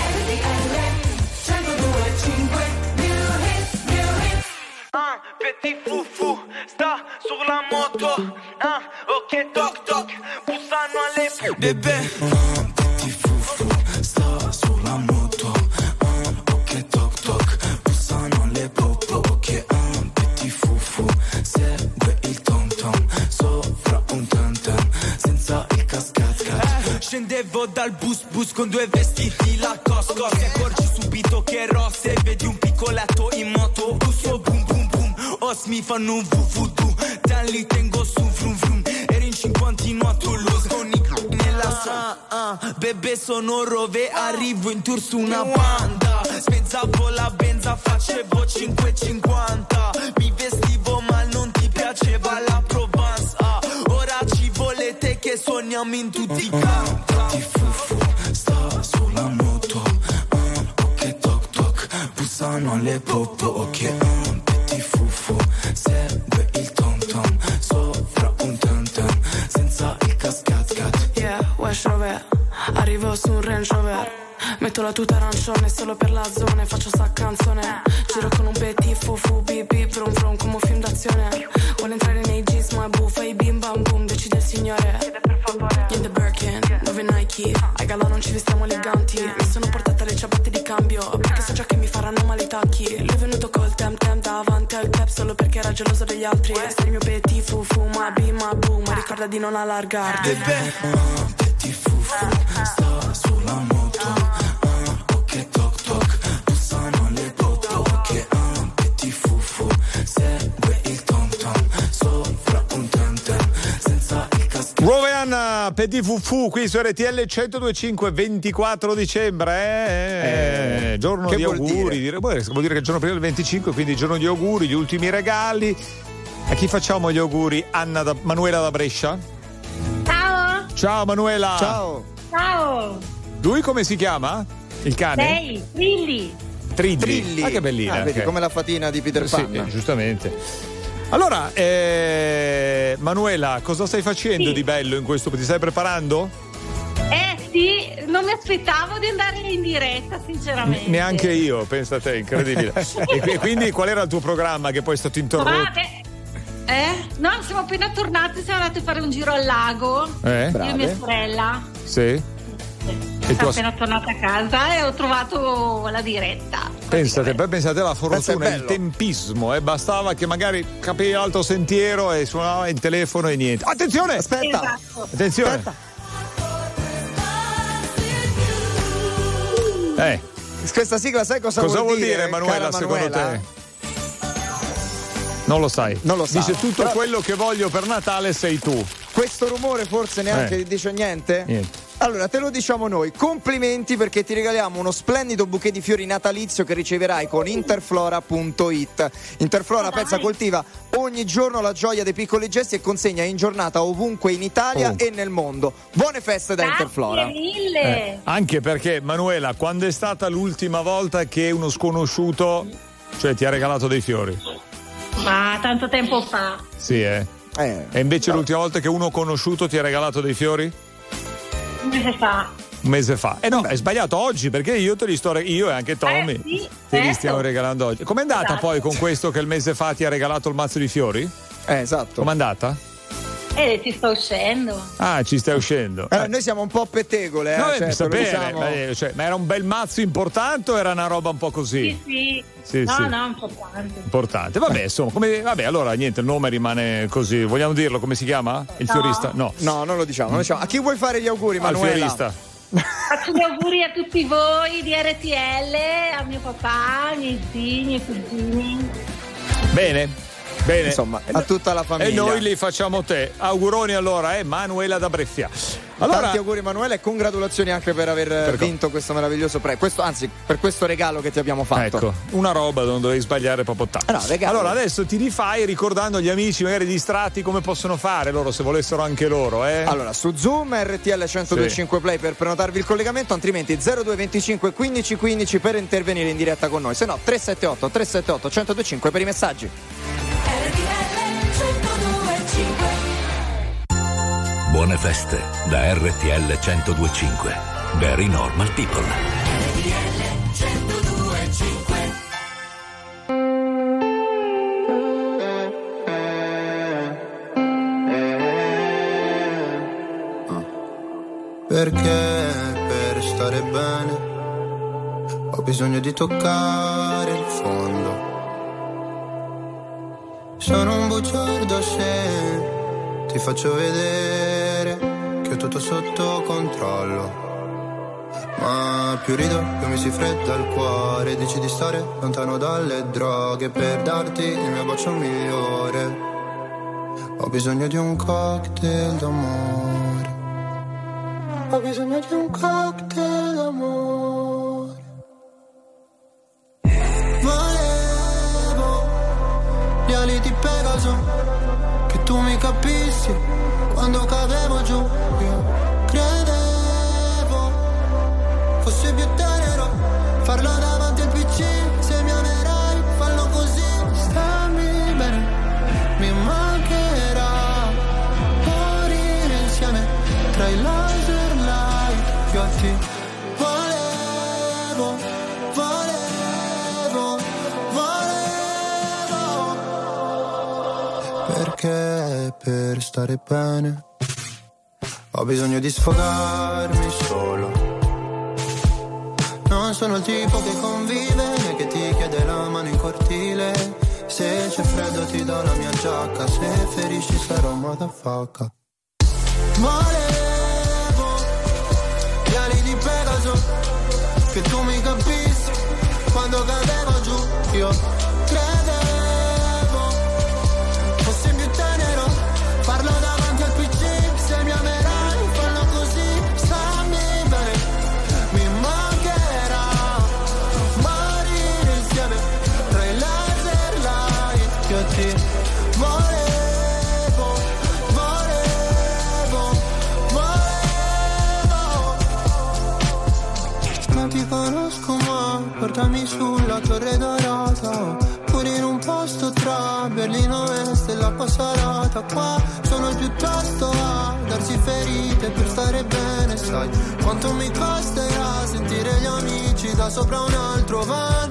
S18: Ah, petit foufou, sta sulla moto. Ah, ok, toc toc, bussano alle bebè. Ah, petit foufou, sta sulla moto. Ah, ok, toc toc, bussano alle popo. Ok, ah, petit foufou, segue il tom tom sopra un tam tam, senza il cascasca. Eh, scendevo dal bus bus con due vestiti la cosco. Ti accorgi subito che rosse, vedi un piccoletto in moto. Busso boom boom boom, os mi fanno un vuvudu. Dan li tengo su frum frum. Eri in cinquantino a Toulouse con i c***i nella sa. Ah, ah, bebè sono Rove, arrivo in tour su una banda. Spezzavo la benza, facevo cinque e cinquanta. Mi vestivo ma non ti piaceva la Provence. Ah, ora ci volete che suoniamo in tutti i campi. Ti fufu, sta sulla moto. Ah, ok, toc toc, bussano alle popo. Ok, ah, petit fufu, segue il tom tom sopra un tam tam, senza il cascat.
S19: Yeah, West Rover, arrivo su un Range Rover. Metto la tuta arancione solo per la zona e faccio sta canzone. Giro con un petit fufu, bip bip, brum brum come un film d'azione. Vuole entrare nei jeans ma è buffa, i bim bam boom, decide il signore. In the Birkin, dove Nike, ai gala non ci vestiamo eleganti. Mi sono portata le ciabatte di cambio, perché so già che mi faranno male i tacchi. Lui è venuto col tem tem davanti al cap solo perché era geloso degli altri. Sei il mio petit fufu, ma bim ma boom, ma ricorda di non allargarti.
S18: Bebè, ah, petit fufu, sta sulla moto. Ah, ok, toc toc, bussano alle popo. Ok, ah, petit fufu, segue il tom tom sopra un tam tam, senza il casco.
S1: Rovean, Petit Fufu qui su R T L centodue e cinque, ventiquattro dicembre, eh? Eh, giorno
S2: che
S1: di
S2: vuol
S1: auguri, dire? Vuol dire che è il giorno prima del venticinque, quindi giorno di auguri, gli ultimi regali. A chi facciamo gli auguri? Anna da, Manuela da Brescia.
S20: Ciao.
S1: Ciao Manuela.
S2: Ciao.
S20: Ciao.
S1: Lui come si chiama? Il cane?
S20: Lei, Trilli.
S1: Trilli.
S2: Trilli.
S1: Ah, che bellina.
S2: Ah, vedi,
S1: che-
S2: come la fatina di Peter Pan.
S1: Sì, eh, giustamente. Allora, eh, Manuela, cosa stai facendo
S20: Sì.
S1: di bello in questo? Ti stai preparando?
S20: Eh sì, non mi aspettavo di andare in diretta, sinceramente.
S1: Neanche io, pensa a te, incredibile. e, qui- quindi qual era il tuo programma che poi è stato interrotto?
S20: Vabbè. Eh? No, siamo appena tornati, siamo andati a fare un giro al lago.
S1: Eh?
S20: Io e mia
S1: Brave.
S20: sorella.
S1: Sì? E tu
S20: Sono
S1: as-
S20: appena tornata a casa e ho trovato la diretta.
S1: Pensate, poi pensate alla
S2: Questo è
S1: fortuna, il
S2: bello.
S1: tempismo, eh? Bastava che magari capivi l'altro sentiero e suonava il telefono e niente. Attenzione!
S2: Aspetta.
S20: Esatto.
S1: Attenzione!
S2: Aspetta.
S1: Eh,
S2: Questa sigla sai cosa,
S1: cosa vuol
S2: dire,
S1: dire, Manuela,
S2: cara
S1: secondo
S2: Manuela?
S1: te? Non lo sai.
S2: Non lo sa.
S1: Dice tutto
S2: Però-
S1: quello che voglio per Natale sei tu.
S2: Questo rumore forse neanche
S1: Eh.
S2: dice niente?
S1: Niente.
S2: Allora, te lo diciamo noi. Complimenti perché ti regaliamo uno splendido bouquet di fiori natalizio che riceverai con interflora punto it. Interflora pensa coltiva ogni giorno la gioia dei piccoli gesti e consegna in giornata ovunque in Italia
S1: Ovunque.
S2: e nel mondo. Buone feste da Interflora.
S20: Grazie mille.
S1: Eh, anche perché, Manuela, quando è stata l'ultima volta che uno sconosciuto, cioè, ti ha regalato dei fiori?
S20: Ma tanto tempo fa.
S1: Sì, eh.
S2: Eh,
S1: E invece l'ultima volta che uno conosciuto ti ha regalato dei fiori?
S20: Un mese fa.
S1: Un mese fa. E no, è sbagliato oggi perché io te li sto re- io e anche Tommy
S20: Eh, sì,
S1: te li
S20: certo.
S1: stiamo regalando oggi. Com'è andata
S20: Esatto.
S1: poi con questo che il mese fa ti ha regalato il mazzo di fiori?
S2: Eh, esatto.
S1: Com'è andata?
S20: E ti sto uscendo.
S1: Ah, ci stai uscendo.
S2: Eh, noi siamo un po' pettegole, eh,
S1: No,
S2: cioè,
S1: eh,
S2: te
S1: sta
S2: lo
S1: bene,
S2: diciamo.
S1: ma, eh, cioè, ma era un bel mazzo importante o era una roba un po' così?
S20: Sì, sì.
S1: Sì,
S20: no,
S1: sì.
S20: no, importante.
S1: Importante. Vabbè, insomma, come, vabbè, allora niente, il nome rimane così. Vogliamo dirlo come si chiama? Il
S20: No.
S1: fiorista? No.
S2: No, non lo diciamo, non lo diciamo. A chi vuoi fare gli auguri,
S1: Al
S2: Manuela?
S1: fiorista.
S20: Faccio gli auguri a tutti voi di R T L, a mio papà, ai miei zii, ai miei cugini.
S1: Bene. Bene.
S2: Insomma, a tutta la famiglia.
S1: E noi li facciamo te. Auguroni allora, eh, Manuela da Brescia. Allora,
S2: Tanti auguri Manuela e congratulazioni anche per aver
S1: Per co-
S2: vinto questo meraviglioso premio. Questo, anzi, per questo regalo che ti abbiamo fatto.
S1: ecco, una roba non dovevi sbagliare proprio tanto.
S2: Eh no, regalo.
S1: Allora, adesso ti rifai ricordando agli amici magari distratti come possono fare loro se volessero anche loro, eh.
S2: Allora, su Zoom R T L centodue e cinque Play per prenotarvi il collegamento, altrimenti zero due venticinque quindici quindici per intervenire in diretta con noi. Se no, tre sette otto tre sette otto uno zero due cinque per i messaggi.
S4: Buone feste da R T L centodue e cinque. Very Normal People.
S8: R T L centodue e cinque.
S21: Perché per stare bene ho bisogno di toccare il fondo. Sono un bugiardo se ti faccio vedere che ho tutto sotto controllo. Ma più rido, più mi si fredda il cuore. Dici di stare lontano dalle droghe per darti il mio bacio migliore. Ho bisogno di un cocktail d'amore. Ho bisogno di un cocktail d'amore. Volevo gli ali di Pegaso, che tu mi capissi quando cadevo giù. Io credevo fosse più tenero farlo davanti al P C. Se mi amerai, fallo così. Stammi bene, mi mancherà morire insieme tra i laser light. Io a te volevo, volevo, volevo. Perché per stare bene ho bisogno di sfogarmi solo. Non sono il tipo che convive né che ti chiede la mano in cortile. Se c'è freddo ti do la mia giacca, se ferisci sarò motherfucker. Volevo gli ali di Pegaso, che tu mi capissi quando cadevo giù. Io credevo fosse più tenero farlo davanti al P C. Se mi amerai, fallo così. Stammi bene, mi mancherà morire insieme tra i laser light. Io ti volevo, volevo, volevo. Non ti conosco ma portami sulla Torre Dorata, pure in un posto tra Berlino Est e la Passarata. Qua sono il più tosto a darsi ferite per stare bene. Sai quanto mi costerà sentire gli amici da sopra un altro van.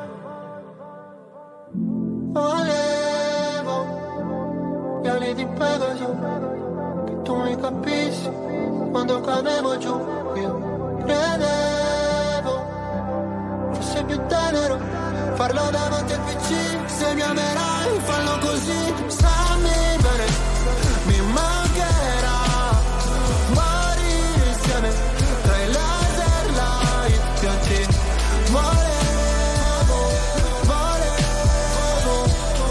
S21: Volevo gli ali di Pegaso, che tu mi capissi quando cadevo giù. Io credevo fosse più tenero farlo davanti al P C. Se mi amerai, fallo così. Stammi bene, mi mancherà morire insieme tra i laser light. Io ti volevo, volevo,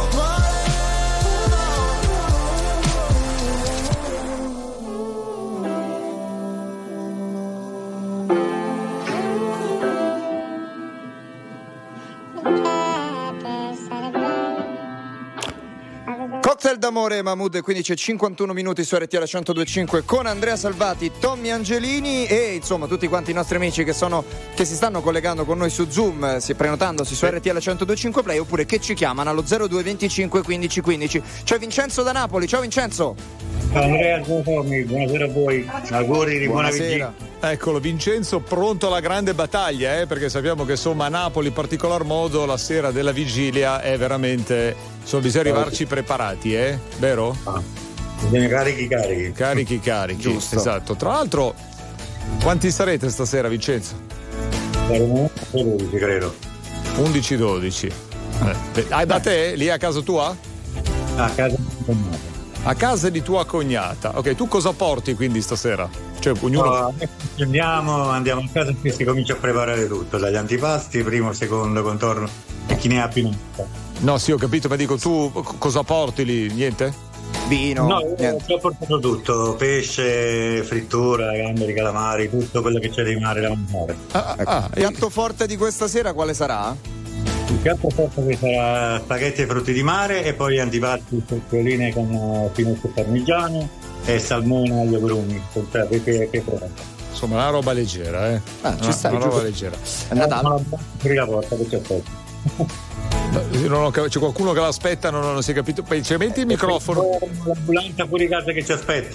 S2: Cocktail d'amore, Mahmood, quindici e cinquantuno minuti su R T L centodue e cinque con Andrea Salvati, Tommy Angelini e insomma tutti quanti i nostri amici che sono che si stanno collegando con noi su Zoom, si prenotandosi su R T L centodue e cinque Play, oppure che ci chiamano allo zero due venticinque quindici quindici. C'è Vincenzo da Napoli. Ciao Vincenzo.
S22: Ciao Andrea, ciao Tommy, buonasera a voi. Auguri di buona vigilia.
S1: Eccolo Vincenzo, pronto alla grande battaglia, eh? Perché sappiamo che insomma a Napoli in particolar modo la sera della vigilia è veramente, insomma bisogna arrivarci preparati, eh? Vero?
S22: Ah, bisogna carichi carichi.
S1: Carichi carichi,
S22: Giusto.
S1: esatto. Tra l'altro, quanti sarete stasera Vincenzo?
S22: Saremo dodici credo.
S1: undici dodici. Eh. Ah, da te? Lì a casa tua?
S22: A casa di cognata.
S1: A casa di tua cognata. Ok, tu cosa porti quindi stasera? Cioè, ognuno...
S22: No, andiamo, andiamo a casa e si comincia a preparare tutto, dagli antipasti, primo, secondo, contorno e chi ne ha più ne ha.
S1: No, sì, ho capito, ma dico, tu cosa porti lì? Niente?
S2: Vino?
S22: No, io ho portato tutto, pesce, frittura, gamberi, calamari, tutto quello che c'è di mare da mangiare.
S2: Ah, ecco. ah, il piatto forte di questa sera quale sarà?
S22: Il piatto forte che sarà spaghetti e frutti di mare e poi antipasti, spezioline con finocchio parmigiano e salmone agli agrumi, cioè pepe e pepe.
S1: Insomma, una roba leggera, eh?
S2: Ah, ci
S1: una,
S2: sta,
S1: una roba
S2: giusto.
S1: leggera.
S2: È Natale.
S22: Apri la porta che ci aspetta.
S1: Non ho, c'è qualcuno che l'aspetta, non, non si è capito. Poi ci metti il microfono.
S22: L'ambulanza fuori casa che ci aspetta.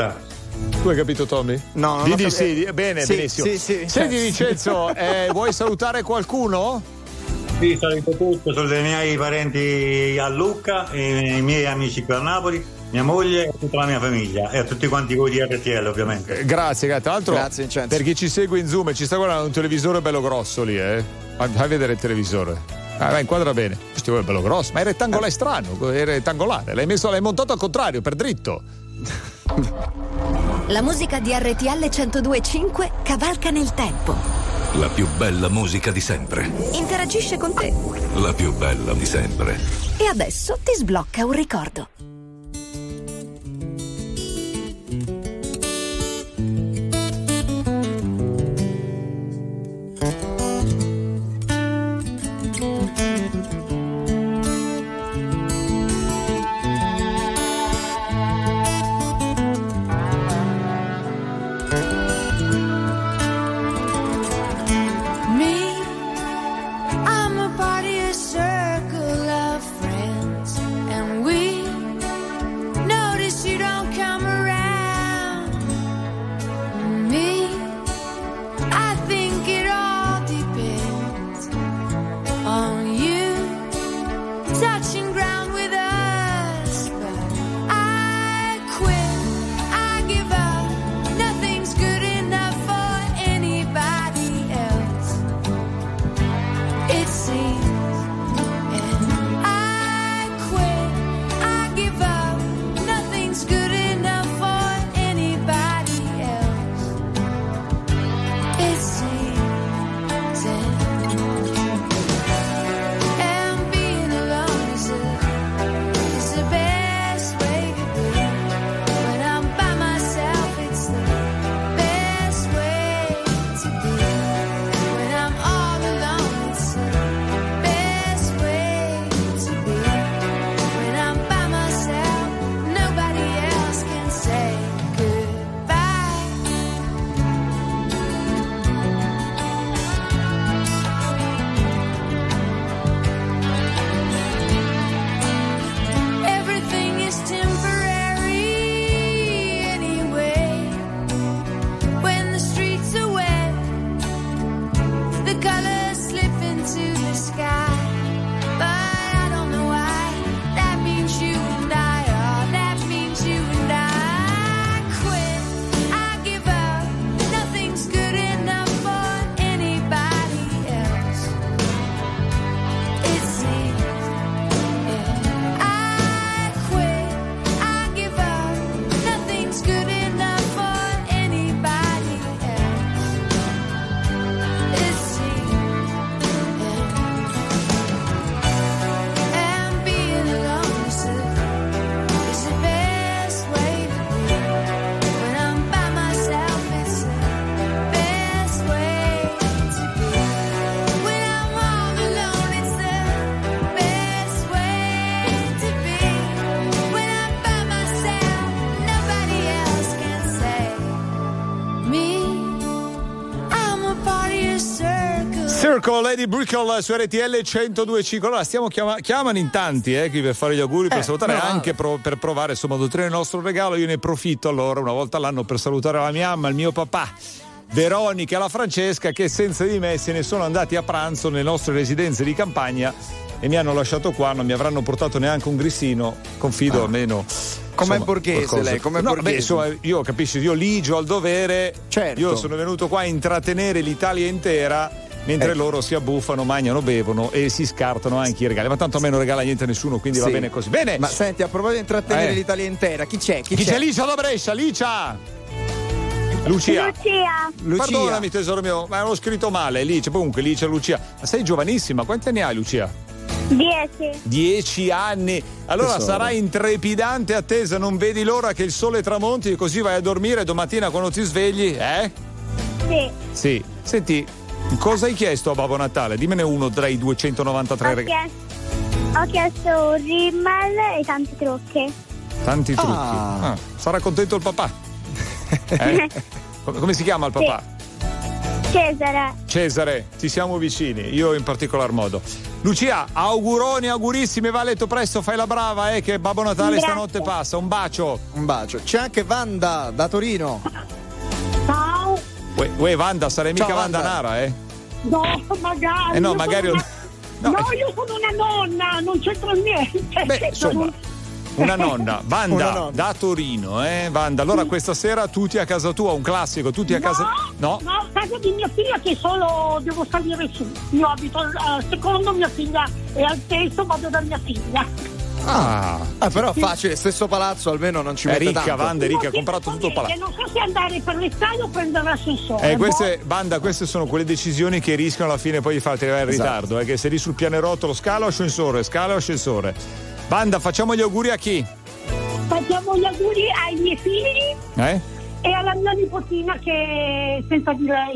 S1: Tu hai capito, Tommy?
S2: No, non
S1: di
S2: ho
S1: di
S2: capi-
S1: sì, di- bene,
S2: Sì,
S1: benissimo.
S2: sì, sì.
S1: Senti Vincenzo, eh, vuoi salutare qualcuno?
S22: Sì, saluto tutto, sono dei miei parenti a Lucca, e i miei amici qui a Napoli, mia moglie e tutta la mia famiglia e a tutti quanti voi di R T L ovviamente.
S1: Eh, grazie, grazie. Tra l'altro,
S2: Grazie, Vincenzo.
S1: per chi ci segue in Zoom e ci sta guardando un televisore bello grosso lì, eh. Fai fai vedere il televisore. Ah, vai, inquadra bene. Questo è bello grosso, ma è rettangolare strano, è rettangolare. L'hai messo, l'hai montato al contrario, per dritto.
S17: La musica di R T L centodue e cinque cavalca nel tempo.
S4: La più bella musica di sempre.
S17: Interagisce con te.
S4: La più bella di sempre.
S17: E adesso ti sblocca un ricordo.
S8: Me, I'm a part of your circle of friends, and we notice you don't come around. Me, I think it all depends on you touching ground with us, but I quit, I give up, nothing's good enough for anybody else. It seems, and I quit, I give up, nothing's good enough for anybody else. It seems, and being alone is the, is the best way to be. When I'm by myself, it's the best way to be. When I'm all alone, it's the best way to be. When I'm by myself, nobody else can say goodbye. Everything is temporary anyway. When the streets are wet, the colors slip into the sky. But I don't know why. That means you and I, oh, that means you and I quit. I give up. Nothing's good enough for anybody else. It seems. I quit. I give up. Nothing's good enough for anybody else. It seems. And being alone is the, is the best way to be. When I'm by myself, it's the best way to be. When I'm all alone, it's the best way to be. When I'm by myself, nobody else can say me. I'm a part of your circle.
S1: Circle, Lady Brickle su R T L centodue e cinque. Allora, stiamo chiama- chiamano in tanti eh, qui per fare gli auguri, per
S2: Eh,
S1: salutare,
S2: no,
S1: anche pro- per provare insomma ad ottenere il nostro regalo. Io ne approfitto allora una volta all'anno per salutare la mia mamma, il mio papà, Veronica e la Francesca, che senza di me se ne sono andati a pranzo nelle nostre residenze di campagna e mi hanno lasciato qua, non mi avranno portato neanche un grissino, confido almeno.
S2: Com'è
S1: insomma,
S2: borghese
S1: qualcosa.
S2: lei, com'è
S1: No,
S2: borghese.
S1: beh, insomma, io capisci, io ligio al dovere.
S2: Certo.
S1: Io sono venuto qua a intrattenere l'Italia intera, mentre
S2: Ecco.
S1: loro si abbuffano, mangiano, bevono e si scartano anche i regali. Ma tanto a me non regala niente a nessuno, quindi va
S2: Sì.
S1: bene così. Bene.
S2: Ma senti, a proposito di intrattenere
S1: Eh.
S2: l'Italia intera, chi c'è? Chi,
S1: Chi c'è? Licia da Brescia, Licia! Lucia.
S3: Lucia.
S2: Lucia.
S1: Perdonami tesoro mio, ma l'ho scritto male, Licia. Comunque Licia, Lucia. Ma sei giovanissima, quanti anni hai Lucia?
S3: Dieci.
S1: Dieci anni. Allora
S2: Tesoro.
S1: sarai in trepidante attesa, non vedi l'ora che il sole tramonti, così vai a dormire domattina quando ti svegli, eh?
S3: Sì.
S1: Sì. Senti, cosa hai chiesto a Babbo Natale? Dimmene uno tra i duecentonovantatré
S3: Ho,
S1: regali.
S3: chiesto, ho chiesto un rimmel e tanti trucchi.
S1: Tanti trucchi.
S2: Ah.
S1: Ah, sarà contento il papà? Eh? come, come si chiama il papà?
S3: Cesare.
S1: Cesare, ci siamo vicini, io in particolar modo. Lucia, auguroni, augurissimi, va a letto presto, fai la brava, eh, che Babbo Natale
S2: Grazie.
S1: stanotte passa. Un bacio.
S2: Un bacio. C'è anche Wanda da Torino.
S3: Ciao.
S1: Uè, uè Wanda, sarei mica
S2: Ciao,
S1: Wanda
S2: Wanda.
S1: Nara, eh?
S3: No, magari.
S1: Eh no,
S3: io
S1: magari
S3: sono
S1: un-
S3: una- No, io sono una nonna, non c'entro niente.
S1: Beh, insomma, una nonna, Wanda
S2: Una nonna.
S1: da Torino, eh? Wanda, allora questa sera tutti a casa tua, un classico, tutti a casa.
S3: No, no, a casa di mia figlia che solo devo salire su. Io abito al al secondo, mia figlia è al terzo, vado da mia figlia.
S1: Ah,
S2: Ah, però facile, stesso palazzo, almeno non ci
S1: È
S2: mette
S1: ricca,
S2: tanto.
S1: Wanda, è ricca, ha comprato tutto il palazzo.
S3: Che non so se andare per le strade o prendere l'ascensore.
S1: Eh, queste, Banda, queste sono quelle decisioni che rischiano alla fine poi di farti arrivare in
S2: Esatto.
S1: ritardo, eh, che sei lì sul pianerottolo, scala o ascensore, scala o ascensore. Banda, facciamo gli auguri a chi?
S3: Facciamo gli auguri ai miei figli
S1: Eh?
S3: e alla mia nipotina che è senza di lei.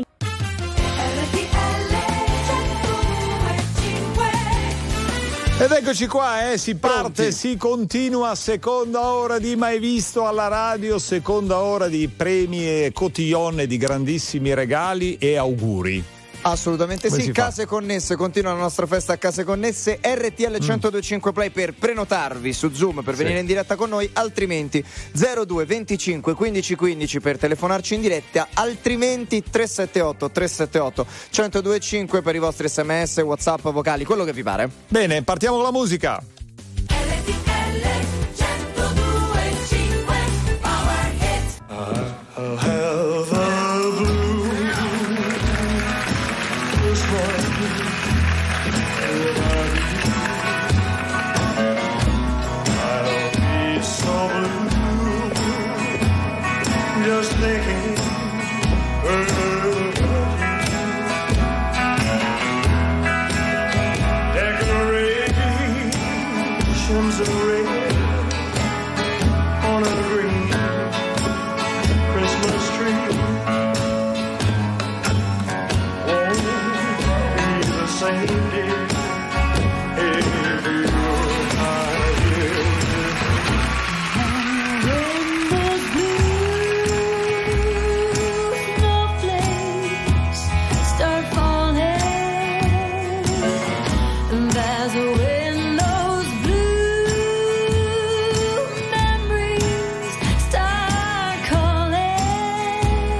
S1: Ed eccoci qua, eh, si parte, si continua, seconda ora di Mai Visto alla radio, seconda ora di premi e cotillon di grandissimi regali e auguri.
S2: Assolutamente
S1: Come
S2: sì,
S1: si fa?
S2: Case Connesse, continua la nostra festa a Case Connesse, R T L centodue e cinque Play per prenotarvi su Zoom per
S1: Sì.
S2: venire in diretta con noi, altrimenti zero due venticinque quindici quindici per telefonarci in diretta, altrimenti tre sette otto tre sette otto centodue e cinque per i vostri sms, whatsapp, vocali, quello che vi pare.
S1: Bene, partiamo con la musica.
S14: I'll have a blue Christmas without you. I'll be so blue just thinking about you. Decorations of red on a green Christmas tree won't be the same day if you're not here.
S8: When those blue snowflakes start falling, there's a wind, those blue memories start calling.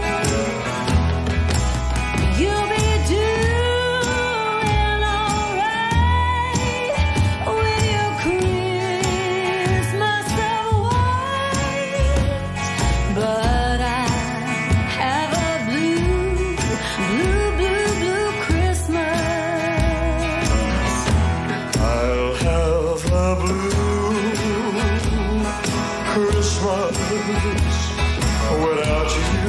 S8: You'll be doing alright with your Christmas of white, but I have a blue, blue, blue, blue Christmas.
S14: I'll have a blue Christmas without you.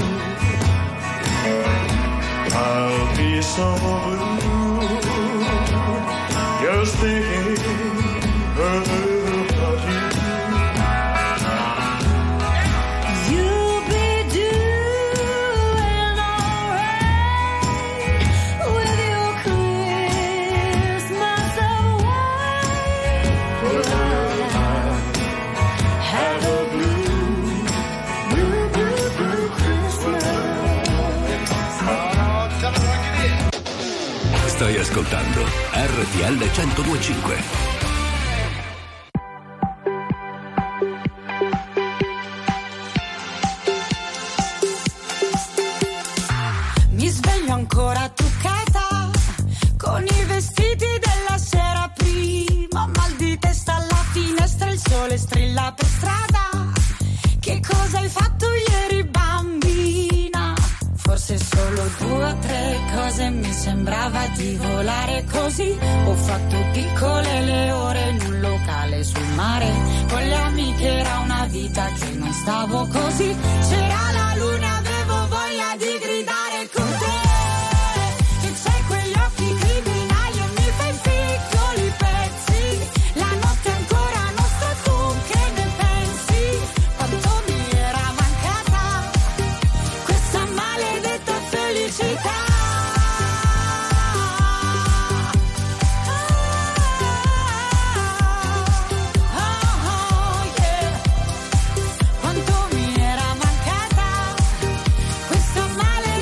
S14: I'll be so blue just thinking about you.
S8: You'll be doing alright with your Christmas of white, but I have a blue, blue, blue, blue Christmas.
S4: Stai ascoltando R T L centodue e cinque.
S8: Mi sveglio ancora truccata con i vestiti della sera prima, mal di testa alla finestra, il sole strilla per strada. Che cosa hai fatto ieri, bambina? Forse solo due o tre cose, mi sembrava di volare così. Ho fatto piccole le ore in un locale sul mare, con le amiche era una vita che non stavo così. C'era la luna, avevo voglia di gridare con te. E c'hai quegli occhi criminali e mi fai piccoli pezzi. La notte è ancora nostra, tu che ne pensi? Quanto mi era mancata questa maledetta felicità. Oh, yeah. Quanto mi era mancata questa maledetta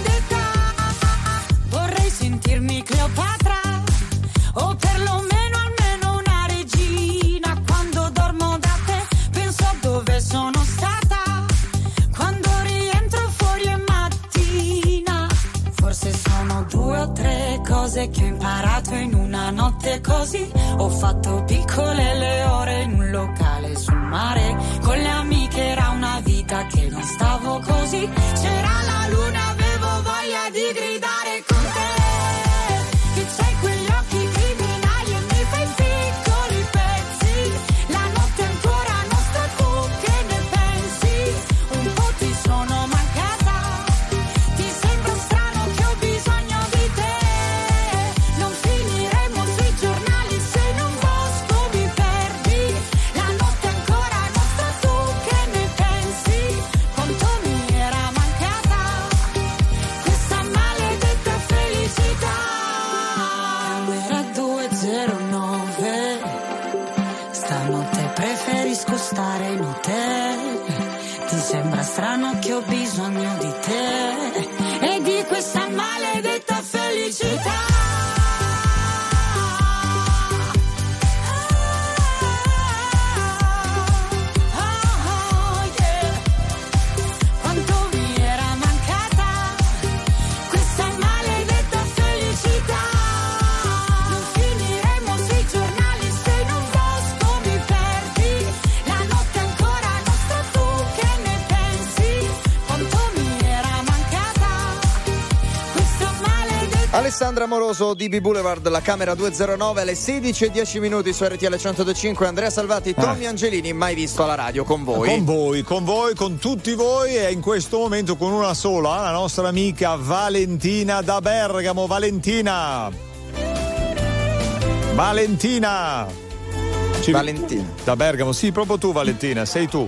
S8: cose che ho imparato in una notte così. Ho fatto piccole le ore in un locale sul mare. Con le amiche era una vita che non stavo così. C'era la luna, avevo voglia di gridare con te. Che c'hai quegli occhi criminali e mi fai piccoli pezzi. La notte è ancora nostra, tu che ne pensi? Un po' ti sono mancata. Ti sembra strano che ho bisogno di te. Non finiremo sui giornali se in un bosco mi perdi. La notte è ancora nostra, tu che ne pensi? Quanto mi era mancata questa maledetta felicità. Camera due zero nove. Stanotte preferisco stare in hotel. Ti sembra strano che ho bisogno di te e di questa maledetta felicità. Oh, yeah. Quanto mi era mancata questa maledetta felicità. Non finiremo sui giornali se in un bosco mi perdi. La notte è ancora nostra, tu che ne pensi? Quanto mi era mancata questa maledetta.
S2: Alessandra Moroso, D B Boulevard, la camera duecentonove alle sedici e dieci minuti su R T L centodue e cinque. Andrea Salvati, Tommy Angelini, mai visto alla radio con voi.
S1: Con voi, con voi, con tutti voi e in questo momento con una sola, la nostra amica Valentina da Bergamo. Valentina! Valentina! Ci-
S2: Valentina.
S1: Da Bergamo, sì, proprio tu Valentina, sei tu.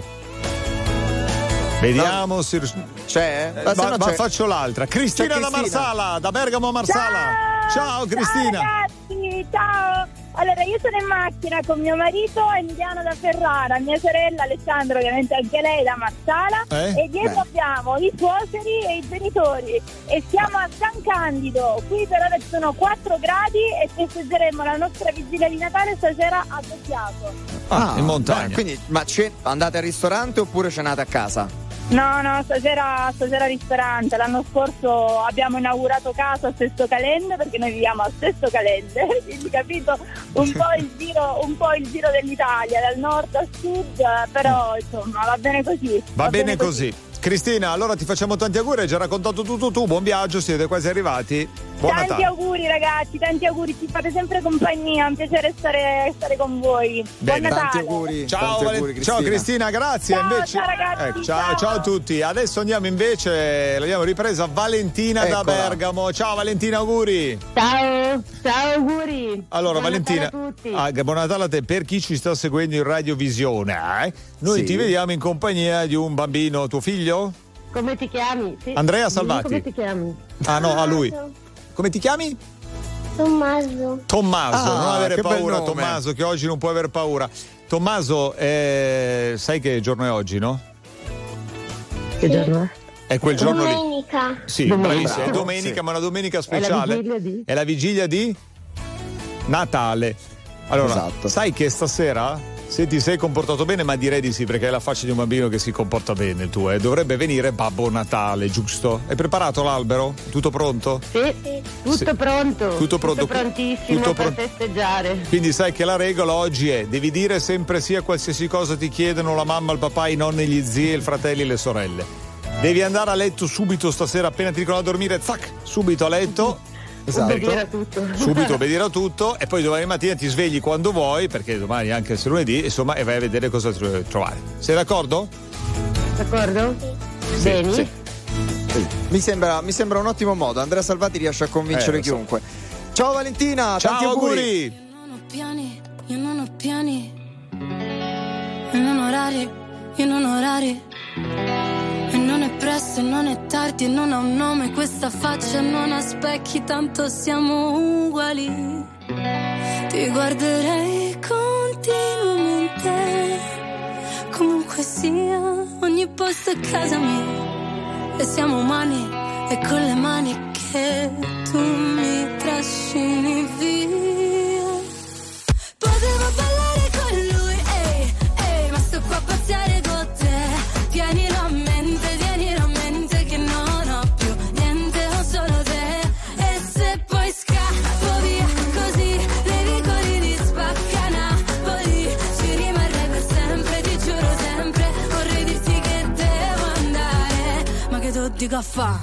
S1: Vediamo se...
S2: C'è?
S1: Eh,
S2: Ma se
S1: ma,
S2: no
S1: ma
S2: c'è-
S1: faccio l'altra. Cristina,
S2: C'è
S1: da
S2: Cristina.
S1: Marsala, da Bergamo a Marsala. Ciao, Cristina.
S5: Ciao ragazzi, ciao. Allora, io sono in macchina con mio marito Emiliano da Ferrara, mia sorella Alessandra, ovviamente anche lei da Marsala,
S1: Eh?
S5: e dietro
S1: Beh.
S5: abbiamo i suoceri e i genitori e siamo a San Candido. Qui per ora ci sono quattro gradi e festeggeremo la nostra vigilia di Natale stasera a Doppiato.
S1: Ah, in montagna.
S2: beh, quindi, ma ce- andate al ristorante oppure cenate a casa?
S5: No, no, stasera, stasera ristorante. L'anno scorso abbiamo inaugurato casa a Sesto Calende perché noi viviamo a Sesto Calende, quindi capito un po' il giro, un po' il giro dell'Italia, dal nord al sud, però insomma va bene così.
S1: Va bene così. Cristina, allora ti facciamo tanti auguri, hai già raccontato tutto tu, buon viaggio, siete quasi arrivati. Buon
S5: Tanti
S1: Natale.
S5: auguri ragazzi, tanti auguri, ci fate sempre compagnia, è un piacere stare, stare con voi. Buon
S1: Bene,
S5: Natale.
S1: tanti auguri. Ciao,
S2: tanti
S1: Valen-
S2: auguri, Cristina.
S1: ciao Cristina, grazie.
S5: Ciao,
S1: invece...
S5: ciao, ragazzi,
S1: Ecco, ciao,
S5: ciao.
S1: ciao a tutti. Adesso andiamo invece, l'abbiamo ripresa Valentina da
S2: Eccola.
S1: Bergamo. Ciao Valentina, auguri.
S6: Ciao, ciao, auguri.
S1: Allora
S6: Buon
S1: Valentina,
S6: Natale a tutti.
S1: ah, buon Natale a te. Per chi ci sta seguendo in radiovisione, eh, noi
S2: Sì.
S1: ti vediamo in compagnia di un bambino, tuo figlio?
S6: Come ti chiami? Sì.
S1: Andrea
S6: Dimmi
S1: Salvati.
S6: Come ti chiami?
S1: Ah no, a lui. Come ti chiami?
S11: Tommaso.
S1: Tommaso,
S2: Ah,
S1: non avere
S2: che bel
S1: paura
S2: nome.
S1: Tommaso, che oggi non puoi aver paura. Tommaso, eh, sai che giorno è oggi, no?
S6: Che giorno è?
S1: È quel giorno lì.
S11: Domenica.
S1: Sì,
S6: Domenica.
S1: bravissimo, è
S2: Bravo,
S1: domenica,
S2: sì.
S1: ma una domenica
S6: È la
S1: speciale.
S6: vigilia di?
S1: È la vigilia di Natale. Allora,
S2: Esatto.
S1: sai che stasera, se ti sei comportato bene, ma direi di sì, perché hai la faccia di un bambino che si comporta bene tu, eh, dovrebbe venire Babbo Natale, giusto? Hai preparato l'albero? Tutto pronto?
S6: Sì, tutto
S1: Sì.
S6: pronto.
S1: Tutto pronto.
S6: prontissimo
S1: Tutto
S6: per
S1: pronto.
S6: festeggiare.
S1: Quindi sai che la regola oggi è: devi dire sempre sì a qualsiasi cosa ti chiedono la mamma, il papà, i nonni, gli zii, i fratelli e le sorelle. Devi andare a letto subito stasera, appena ti dicono a dormire, zac, subito a letto.
S2: Esatto.
S6: Obbedire a tutto.
S1: Subito obbedire a tutto e poi domani mattina ti svegli quando vuoi, perché domani anche se lunedì, insomma, e vai a vedere cosa tro- trovare. Sei d'accordo?
S6: D'accordo? Bene.
S1: sì.
S2: Mi sembra, mi sembra un ottimo modo. Andrea Salvati riesce a convincere
S1: Eh, lo so.
S2: chiunque. Ciao Valentina,
S1: Ciao,
S2: tanti auguri.
S1: auguri.
S8: Non ho piani, io non ho piani. E non orari, io non ho orari. E non è presto, e non è tardi, e non ha un nome questa faccia, non ha specchi, tanto siamo uguali. Ti guarderei continuamente, comunque sia, ogni posto è casa mia. E siamo umani, e con le mani che tu mi trascini via. Potevo ballare con lui, ehi, ehi, ma sto qua a pazziare con te. Tienilo a mente, tienilo a mente che non ho più niente, ho solo te. E se poi scappi
S19: tutti caffè.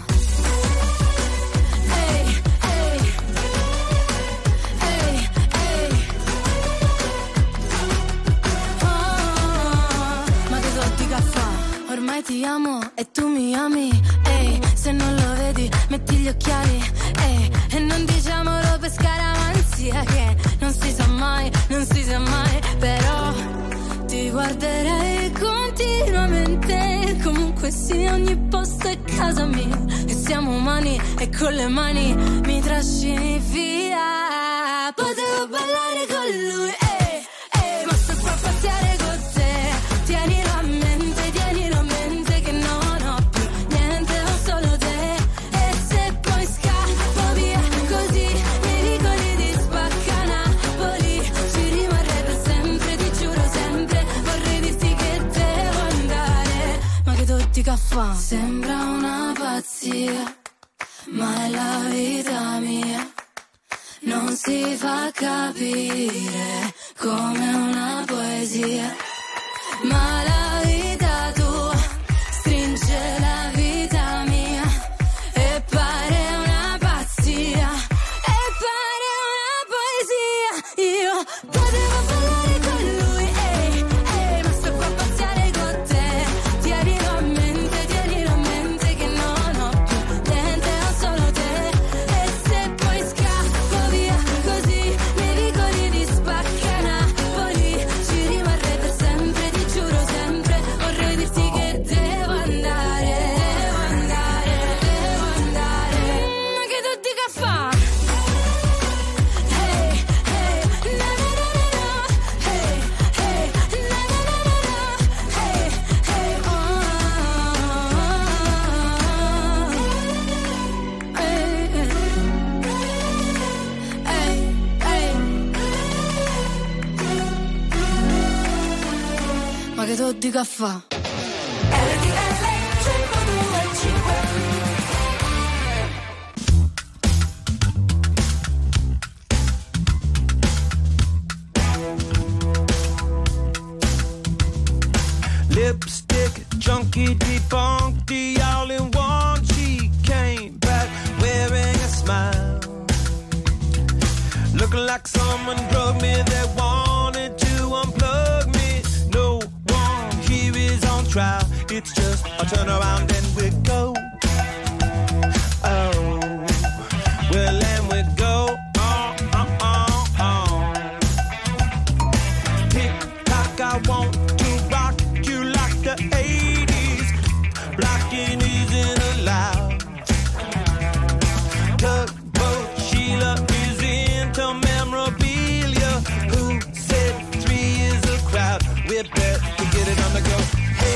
S19: Ormai ti amo e tu mi ami, ehi, se non lo vedi metti gli occhiali, ehi, e non diciamolo per scaramanzia che non si sa mai, non si sa mai, però ti guarderei continuamente, comunque sia ogni posto è casa mia, e siamo umani e con le mani mi trascini via, potevo ballare con lui, ehi, ehi, ma sto qua a paziare con te, tienilo a mente. Caffè. Sembra una pazzia, ma è la vita mia. Non si fa capire come una poesia, ma la vita tua stringe la vita mia e pare una pazzia, e pare una poesia. Io potevo parlare con lui, ehi, ehi, ma sto qua a pazzare con te. Tienilo a me. Di caffè.
S14: Lipstick, junkie, debunked the all in one. She came back wearing a smile, looking like someone drugged me that wanted to unplug me. No one here is on trial. It's just a turn around and we go. Oh, well, and we go. Oh, oh, oh, oh. Tick tock, I want to rock you like the eighties. Blocking isn't allowed. Tugboat Sheila is into memorabilia. Who said three is a crowd? We bet to get it on the go.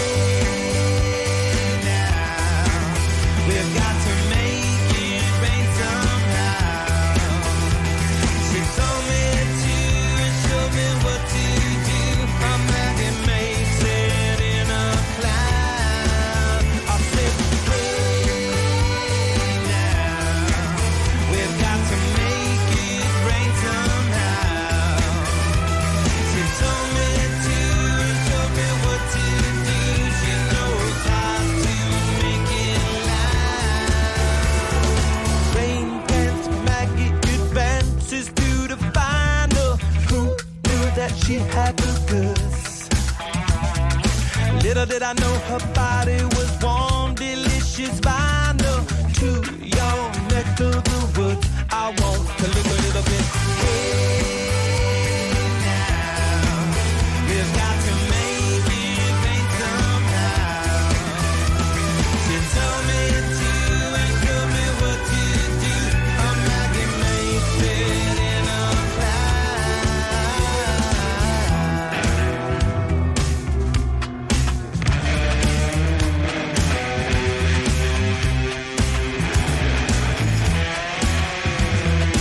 S14: Hey, now we've got to make it rain somehow. She told me to and showed me what to do. I'm Maggie makes it in a cloud. I said, hey, now we've got to make it rain somehow. She told me to and showed me what to do. She knows how to make it loud. Rain dance, Maggie advances to the final. Who knew that she had the goods? Little did I know her body was warm, delicious vinyl. To your neck of the woods, I want to live a little bit. Hey, now we've got to make it rain somehow. She told me to and showed me what to do. I'm Maggie makes it in a cloud.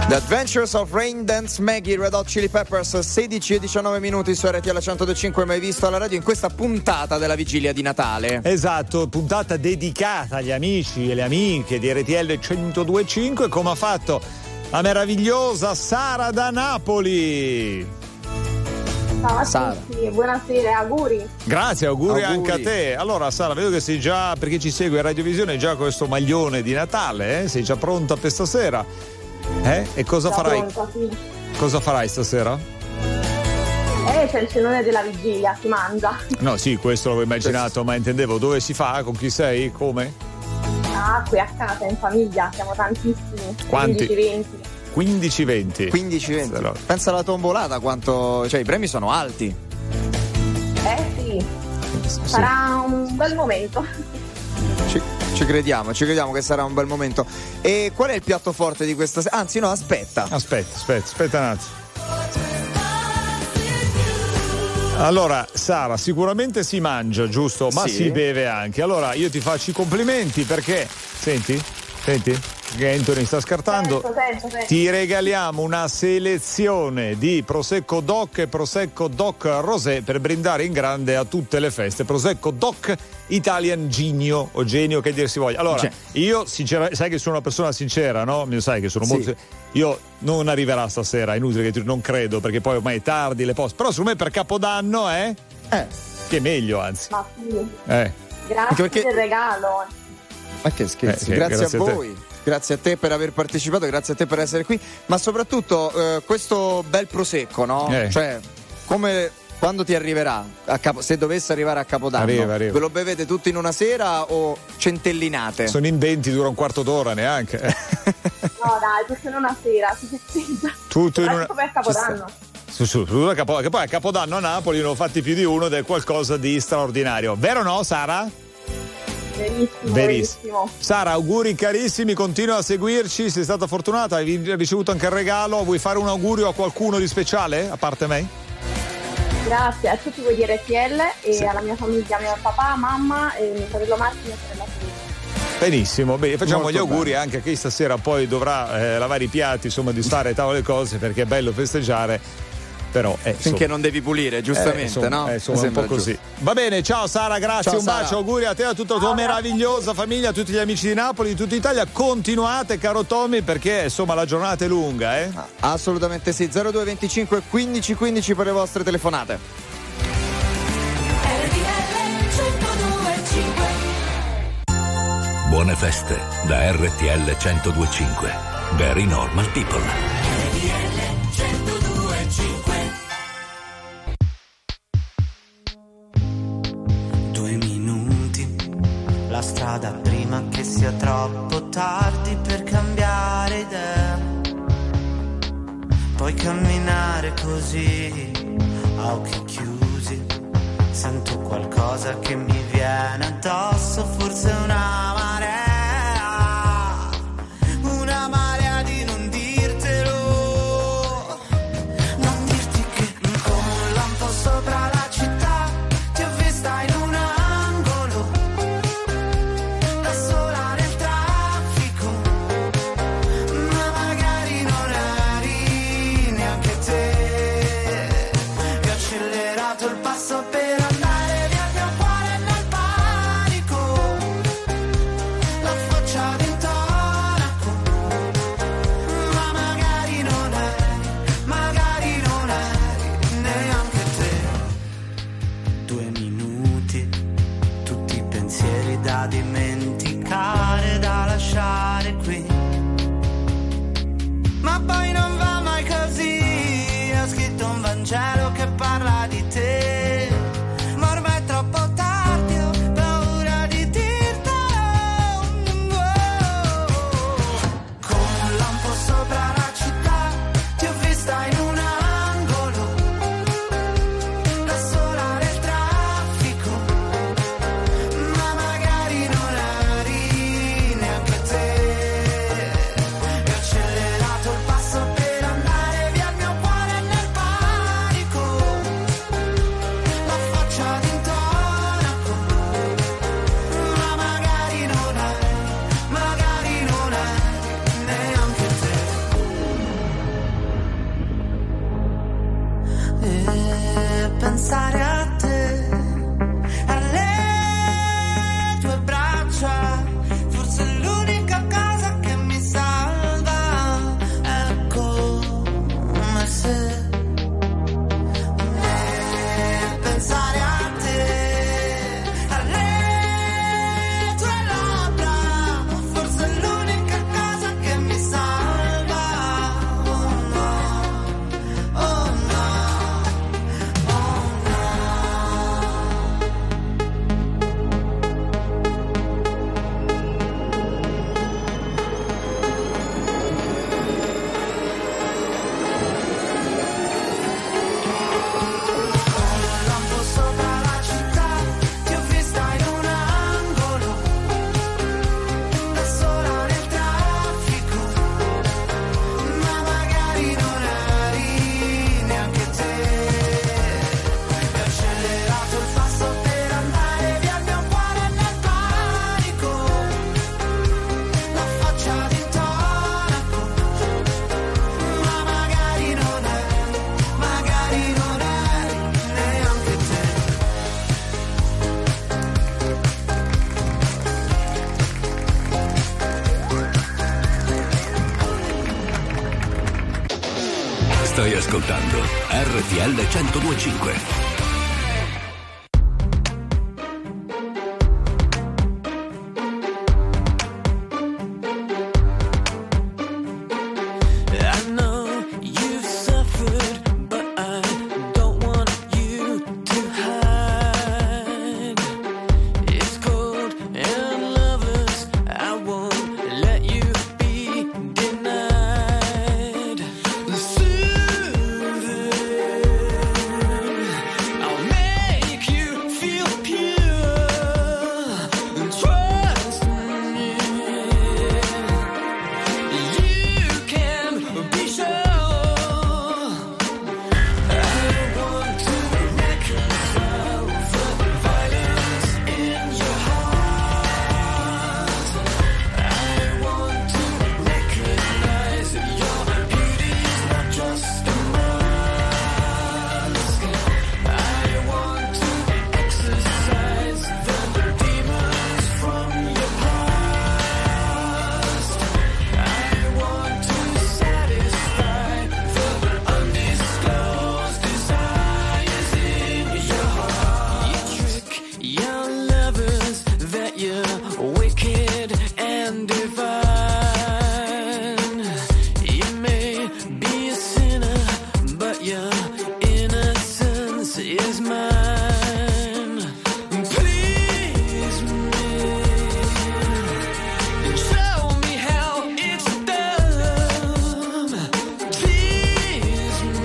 S2: The Adventures of Rain Dance Maggie, Red Hot Chili Peppers, sedici e diciannove minuti su R T L centodue e cinque, mai visto alla radio in questa puntata della vigilia di Natale.
S1: Esatto, puntata dedicata agli amici e le amiche di R T L centodue e cinque, come ha fatto la meravigliosa Sara da Napoli.
S16: Ciao a
S2: Sara.
S16: tutti, buonasera, auguri.
S1: Grazie, auguri,
S2: Auguri.
S1: anche a te. Allora Sara, vedo che sei già, perché ci segue in Radiovisione, già con questo maglione di Natale, eh? Sei già pronta per stasera? Eh? E cosa
S16: Già
S1: farai?
S16: pronta, sì.
S1: Cosa farai stasera?
S16: Eh, c'è il cenone della vigilia, si mangia.
S1: No, sì, questo l'avevo immaginato, ma intendevo dove si fa, con chi sei, come?
S16: Ah, qui a casa, in famiglia, siamo tantissimi.
S1: Quanti?
S16: quindici venti.
S1: quindici venti.
S2: quindici venti.
S1: Allora.
S2: Pensa alla tombolata quanto, cioè i premi sono alti.
S16: Eh sì, sarà un bel momento.
S2: Ci, ci crediamo, ci crediamo che sarà un bel momento. E qual è il piatto forte di questa sera? Anzi, no, aspetta.
S1: Aspetta, aspetta, aspetta un attimo. Allora, Sara, sicuramente si mangia, giusto? Ma
S2: Sì.
S1: si beve anche. Allora, io ti faccio i complimenti perché, senti, senti, che Anthony sta scartando.
S16: Sento, sento, sento.
S1: Ti regaliamo una selezione di Prosecco Doc e Prosecco Doc Rosé per brindare in grande a tutte le feste. Prosecco Doc Italian Genio o Genio, che dir si voglia. Allora,
S2: Gen-
S1: io sinceramente, sai che sono una persona sincera, no? Mi sai che sono
S2: Sì.
S1: molto. Io non arriverà stasera, è inutile che ti non credo, perché poi ormai è tardi le poste. Però secondo me per Capodanno, eh?
S2: Eh.
S1: Che è meglio, anzi.
S16: Ma sì,
S1: Eh.
S16: grazie
S2: Anche perché-
S16: del regalo.
S2: Ma che scherzi,
S1: Eh, sì,
S2: grazie,
S1: grazie
S2: a
S1: a te.
S2: voi. Grazie a te per aver partecipato, grazie a te per essere qui. Ma soprattutto eh, questo bel prosecco, no?
S1: Eh.
S2: Cioè, come quando ti arriverà, a Capo- se dovesse arrivare a Capodanno,
S1: Arriva, arriva.
S2: ve lo bevete tutti in una sera o centellinate?
S1: Sono in venti, dura un quarto d'ora neanche. Eh.
S16: No dai, tutto in una sera, si festeggia.
S1: Tutto in una.
S16: Soprattutto per Capodanno.
S1: Su, su, su, Capo- che poi a Capodanno a Napoli ne ho fatti più di uno ed è qualcosa di straordinario. Vero o no, Sara?
S16: Verissimo,
S1: Verissimo.
S16: verissimo.
S1: Sara, auguri carissimi, continua a seguirci, sei stata fortunata, hai ricevuto anche il regalo. Vuoi fare un augurio a qualcuno di speciale, a parte me?
S16: Grazie a tutti voi di R T L e
S1: Sì.
S16: alla mia famiglia, mio papà, mamma e mio fratello Marco e mia sorella Filippo.
S1: Benissimo, bene, facciamo
S2: Molto
S1: gli auguri
S2: bene.
S1: anche a chi stasera poi dovrà eh, lavare i piatti, insomma, di stare a tavola le cose, perché è bello festeggiare. Però eh,
S2: Finché
S1: insomma,
S2: non devi pulire, giustamente,
S1: eh, insomma,
S2: no?
S1: eh, insomma,
S2: Mi
S1: un po'
S2: sembra
S1: così.
S2: giusto.
S1: Va bene, ciao Sara, grazie,
S2: Ciao,
S1: un
S2: Sara.
S1: bacio, auguri a te, a tutta la tua meravigliosa famiglia, a tutti gli amici di Napoli, di tutta Italia. Continuate, caro Tommy, perché insomma la giornata è lunga, eh?
S2: Assolutamente sì. zero due venticinque quindici quindici per le vostre telefonate.
S8: R T L centodue e cinque.
S4: Buone feste da R T L centodue e cinque. Very normal people.
S8: R T L centodue e cinque.
S12: Due minuti, la strada prima che sia troppo tardi per cambiare idea. Puoi camminare così, a occhi chiusi. Sento qualcosa che mi viene addosso, forse una marea. Una marea di non dirtelo. Non dirti che con un lampo sopra la città ti ho vista in un angolo, da sola nel traffico. Ma magari non eri neanche te. E ho accelerato il passo per andare via, il mio cuore nel panico. La faccia d'intonaco. Ma magari non eri, magari non eri neanche te. Due minuti, tutti i pensieri da dimenticare, da lasciare qui. Ma poi non va mai così. Ho scritto un Vangelo che parla di te, ma ormai è troppo tardi, ho paura di dirtelo. Con un lampo sopra la città ti ho vista in un angolo, da sola nel traffico. Ma magari non eri neanche te. E ho accelerato il passo per
S4: Stai ascoltando R T L centodue e cinque.
S14: I know you've suffered, but I don't want you to hide. It's cold and lovers, I won't let you be denied. Soothing, I'll make you feel pure. Trust me, you can be sure. I want to reconcile the violence in your heart. I want to recognize your beauty's not just a mask. I want to exorcise the demons from your past. I want to satisfy the undisclosed desires in your heart. You trick your lovers that you're wicked and divine. You may be a sinner, but your innocence is mine. Please me, show me how it's done. Tease me,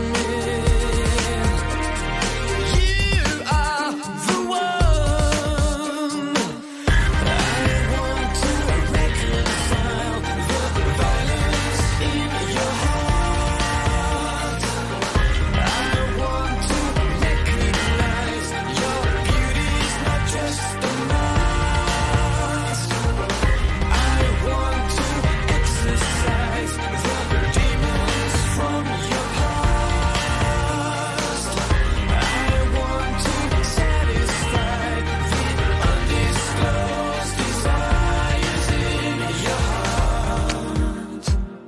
S14: you are the one. I want to reconcile the violence in your heart. I want to recognize your beauty's not just a mask. I want to exorcise the demons from your past. I want to satisfy the undisclosed desires in your heart.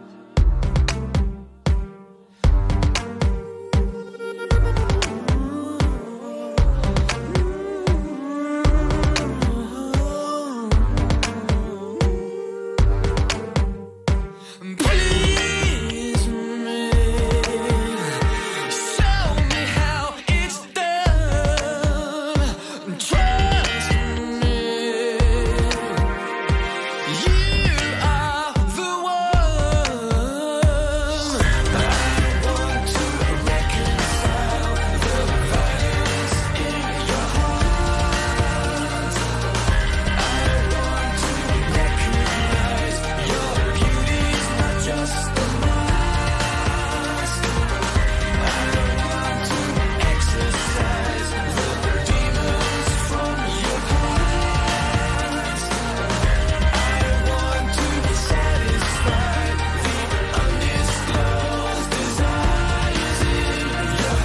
S14: Please me, show me how it's done. Trust me, you are the one. I want to reconcile the violence in your heart. I want to recognize your beauty's not just a mask. I want to exorcise the demons from your past. I want to satisfy the undisclosed desires in your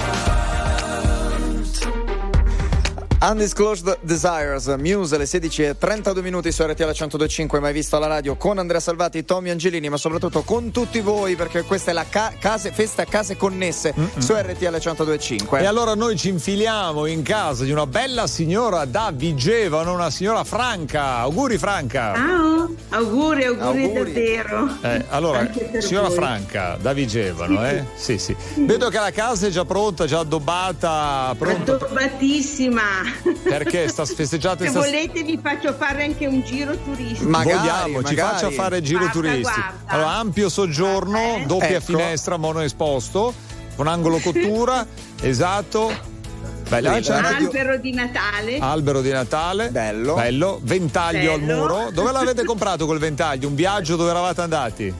S14: heart.
S2: Undisclosed Desires, Muse, alle sedici e trentadue minuti su R T L centodue e cinque, mai visto alla radio, con Andrea Salvati, Tommy Angelini, ma soprattutto con tutti voi, perché questa è la ca- case, festa Case Connesse
S1: Mm-mm.
S2: su R T L centodue e cinque.
S1: E allora noi ci infiliamo in casa di una bella signora da Vigevano, una signora Franca. Auguri Franca.
S7: Ciao, auguri, auguri,
S2: Auguri.
S7: davvero.
S1: Eh, allora,
S7: Anche per
S1: signora
S7: voi.
S1: Franca da Vigevano, eh? Sì, sì. Vedo che la casa è già pronta, già addobbata, pronta.
S7: Addobatissima.
S1: Perché sta festeggiate
S7: Se
S1: sta...
S7: volete vi faccio fare anche un giro turistico.
S2: Magari,
S1: Vogliamo, ci
S2: magari.
S1: faccia fare il giro
S7: Guarda,
S1: turistico.
S7: guarda.
S1: Allora, ampio soggiorno,
S7: Eh?
S1: doppia
S2: Ecco.
S1: finestra, monoesposto, con angolo cottura, esatto. Beh, là c'è una radio-
S7: Albero di Natale.
S1: albero di Natale,
S2: Bello.
S1: bello, ventaglio al
S7: Bello.
S1: muro. Dove l'avete comprato quel ventaglio? Un viaggio dove eravate andati?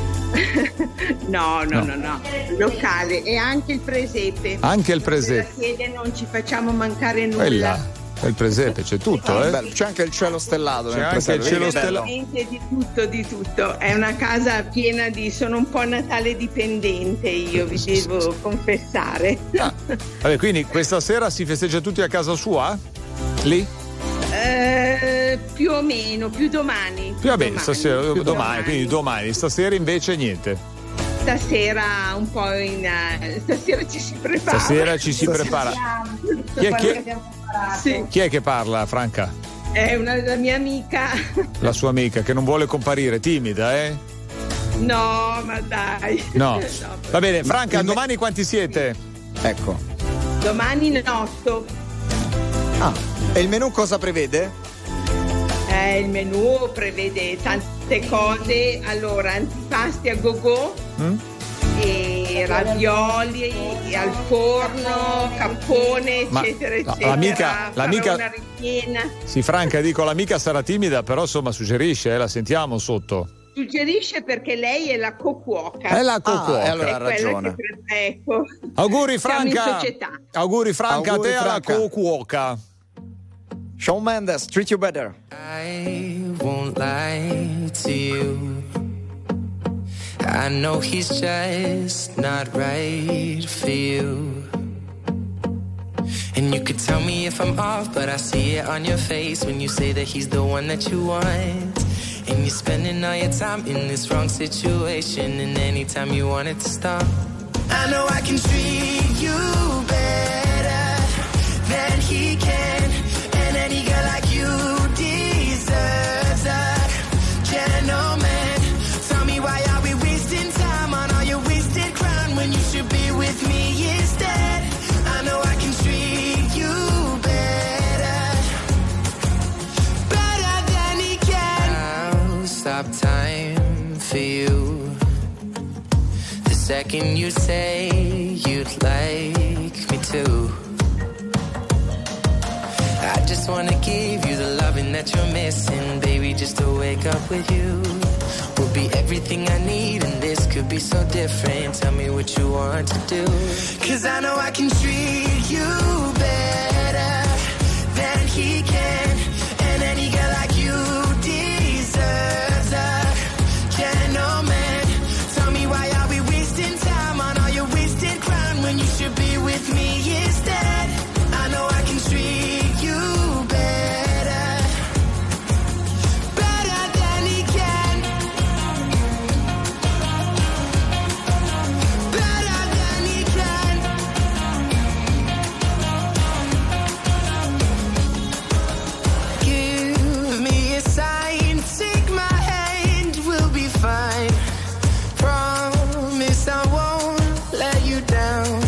S7: No, no,
S1: No.
S7: no, no. Locale e anche il presepe.
S1: Anche il presepe.
S7: Se la chiede non ci facciamo mancare nulla.
S1: Quella. Il presepe c'è tutto, eh?
S2: Bello. C'è anche il cielo stellato.
S1: C'è
S2: nel
S1: anche
S2: presepe.
S1: il cielo
S2: Vedi che bello?
S7: Veramente di tutto, di tutto. È una casa piena di. Sono un po' Natale dipendente, io vi devo confessare.
S1: Ah, vabbè, quindi questa sera si festeggia tutti a casa sua? Lì?
S7: Eh, più o meno, più domani.
S1: Più vabbè,
S7: domani,
S1: stasera,
S7: più
S1: domani, quindi domani, stasera invece niente.
S7: stasera un po' in eh, stasera ci si prepara.
S1: Stasera ci si prepara. Chi è, chi è-
S7: Sì,
S1: Chi è che parla, Franca?
S7: è una la mia amica.
S1: La sua amica che non vuole comparire, timida, eh?
S7: No, ma dai.
S1: No. Va bene, Franca, domani quanti siete?
S2: Ecco.
S7: Domani notto.
S2: Ah, e il menù cosa prevede?
S7: Eh, il menù prevede tante cose. Allora, antipasti a go-go,
S1: Mm?
S7: e ravioli al forno, cappone,
S1: Ma-
S7: eccetera,
S1: no,
S7: eccetera.
S1: l'amica-
S7: Farò
S1: l'amica-
S7: una ripiena.
S1: Sì, Franca, dico, l'amica sarà timida, però insomma suggerisce, eh, la sentiamo sotto.
S7: Suggerisce perché lei è la co-cuoca.
S1: È la co-cuoca.
S2: Ah, e allora
S7: È
S2: ha
S7: quella
S2: ragione.
S7: che pre- ecco.
S1: Auguri
S7: Siamo in
S1: Franca.
S7: società.
S1: Auguri Franca,
S2: Auguri,
S1: a te alla
S2: Franca.
S1: co-cuoca.
S2: Shawn Mendes, Treat You Better.
S12: I won't lie to you. I know he's just not right for you. And you could tell me if I'm off, but I see it on your face when you say that he's the one that you want. And you're spending all your time in this wrong situation, and anytime you want it to stop. I know I can treat you better than he can, and any girl like you deserves a gentleman. Tell me why are we wasting time on all your wasted crown when you should be with me instead. I know I can treat you better, better than he can. I'll stop time for you the second you say you'd like me to. I just wanna give you the loving that you're missing, baby, just to wake up with you. Will be everything I need, and this could be so different. Tell me what you want to do, 'cause I know I can treat you better than he can, and any girl like you deserves a gentleman. Tell me why are we wasting time on all your wasted crown when you should be with me instead. I know I can treat you better, better than he can, better than he can. Give me a sign, take my hand, we'll be fine. Promise I won't let you down.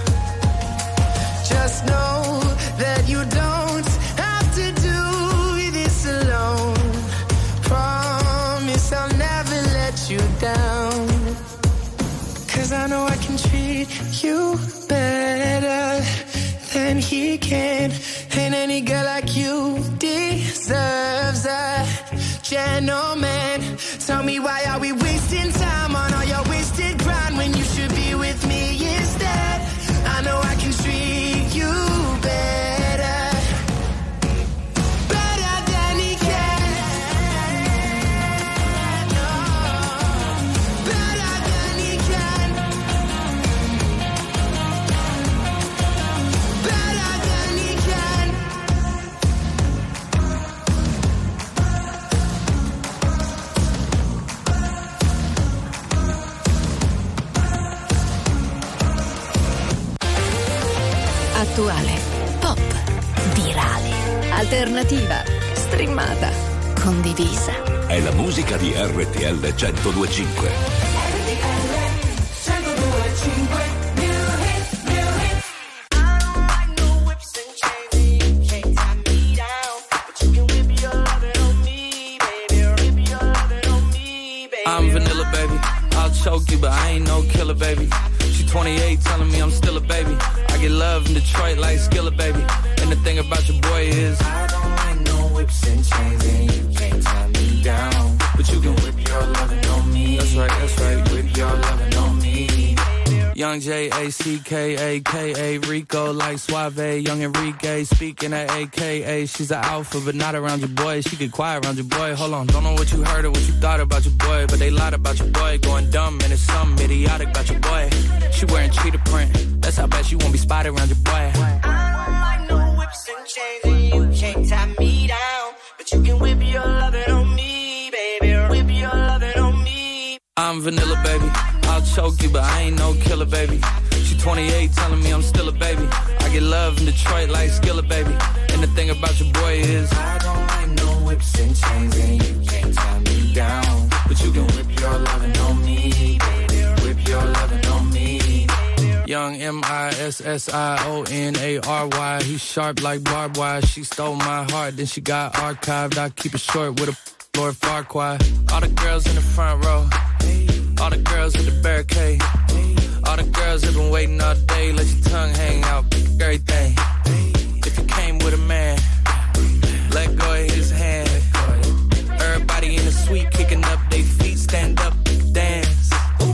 S12: Just know that you don't have to do this alone. Promise I'll never let you down. 'Cause I know I can treat you better than he can. And any girl like you deserves a gentleman. Tell me why are we wasting time on all your wasted grind when you should be with me instead. I know I can treat you better, better than he can. No, better than he can, better than he can.
S17: Attuale, pop, virale, alternativa, streamata, condivisa.
S4: È la musica di R T L centodue e cinque.
S18: I'm vanilla, baby. I'll choke you, but I ain't no killer, baby. She twenty-eight, telling me I'm still a baby. I get love in Detroit like Skillet, baby. And the thing about your boy is I don't like no whips and chains, and you can't tie me down. But you can whip your lovin' on me. That's right, that's right. Whip your lovin' on me. Young J A C K A K A Rico like Suave, Young Enrique speaking at A K A. She's an alpha but not around your boy. She get quiet around your boy. Hold on, don't know what you heard or what you thought about your boy, but they lied about your boy. Going dumb and it's something idiotic about your boy. She wearing cheetah print. That's how bad she won't be spotted around your boy.
S8: I don't like no whips and chains, and you can't tie me down. But you can whip your lovin' on me, baby. Whip your lovin' on me.
S18: I'm vanilla, baby. I'll
S9: I'll choke you, but I ain't no killer, baby. She twenty-eight, telling me I'm still a baby. I get love in Detroit like Skillet, baby. And the thing about your boy is I don't like no whips and chains, and you can't tie me down. But you can whip your lovin' on me, baby. Whip your lovin' on me. Young M I S S I O N A R Y. He's sharp like barbed wire. She stole my heart, then she got archived. I keep it short with a Lord Farquaad. All the girls in the front row, all the girls at the barricade, all the girls have been waiting all day. Let your tongue hang out, everything. If you came with a man, let go of his hand. Everybody in the suite kicking up their feet, stand up, dance.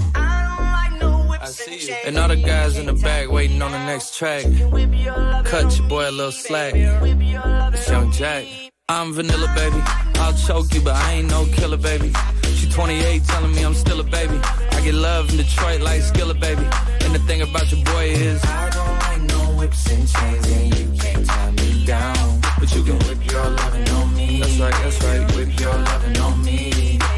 S9: I see you. And all the guys in the back waiting on the next track. Cut your boy a little slack. It's Young Jack. I'm vanilla, baby. I'll choke you, but I ain't no killer, baby. She twenty-eight, telling me I'm still a baby. I get love in Detroit like Skillet, baby. And the thing about your boy is I don't like no whips and chains, and you can't tie me down. But you can whip your lovin' on me. That's right, that's right. Whip your lovin' on me.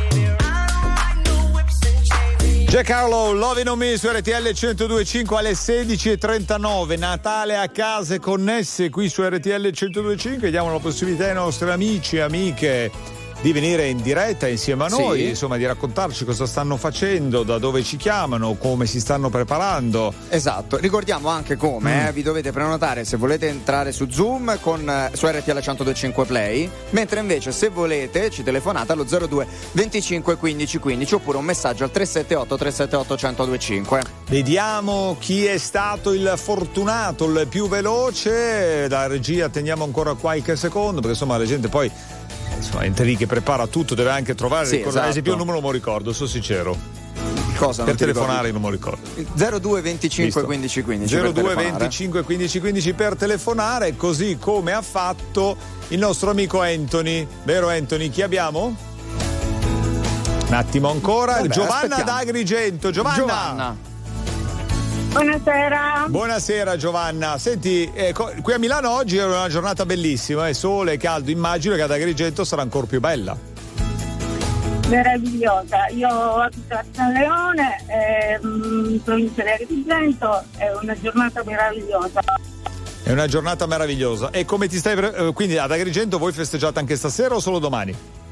S1: Jack Harlow, Lovin' on Me su R T L centodue e cinque alle sedici e trentanove. Natale a case connesse qui su R T L centodue e cinque. Diamo la possibilità ai nostri amici e amiche di venire in diretta insieme a noi, sì. Insomma, di raccontarci cosa stanno facendo, da dove ci chiamano, come si stanno preparando.
S2: Esatto, ricordiamo anche come mm. eh, vi dovete prenotare se volete entrare su Zoom con, eh, su R T L centodue e cinque Play, mentre invece se volete ci telefonate allo zero due venticinque quindici quindici oppure un messaggio al tre sette otto tre sette otto uno zero due cinque.
S1: Vediamo chi è stato il fortunato, il più veloce. Da regia attendiamo ancora qualche secondo, perché insomma la gente poi insomma entra lì che prepara tutto, deve anche trovare,
S2: sì,
S1: ricordare,
S2: esatto.
S1: esempio il numero non me lo ricordo, sono sincero.
S2: Cosa?
S1: Per
S2: non
S1: telefonare non me lo ricordo.
S2: zero due venticinque quindici quindici
S1: zero due venticinque quindici quindici per telefonare, così come ha fatto il nostro amico Anthony. Vero Anthony? Chi abbiamo? Un attimo ancora.
S2: Vabbè,
S1: Giovanna
S2: aspettiamo.
S1: da Agrigento. Giovanna.
S2: Giovanna.
S3: Buonasera.
S1: Buonasera Giovanna. Senti, eh, qui a Milano oggi è una giornata bellissima, è sole, caldo, immagino che ad Agrigento sarà ancora più bella.
S3: Meravigliosa. Io abito a San Leone, ehm, provincia di Agrigento, è una giornata meravigliosa.
S1: È una giornata meravigliosa. E come ti stai pre- quindi ad Agrigento voi festeggiate anche stasera o solo domani?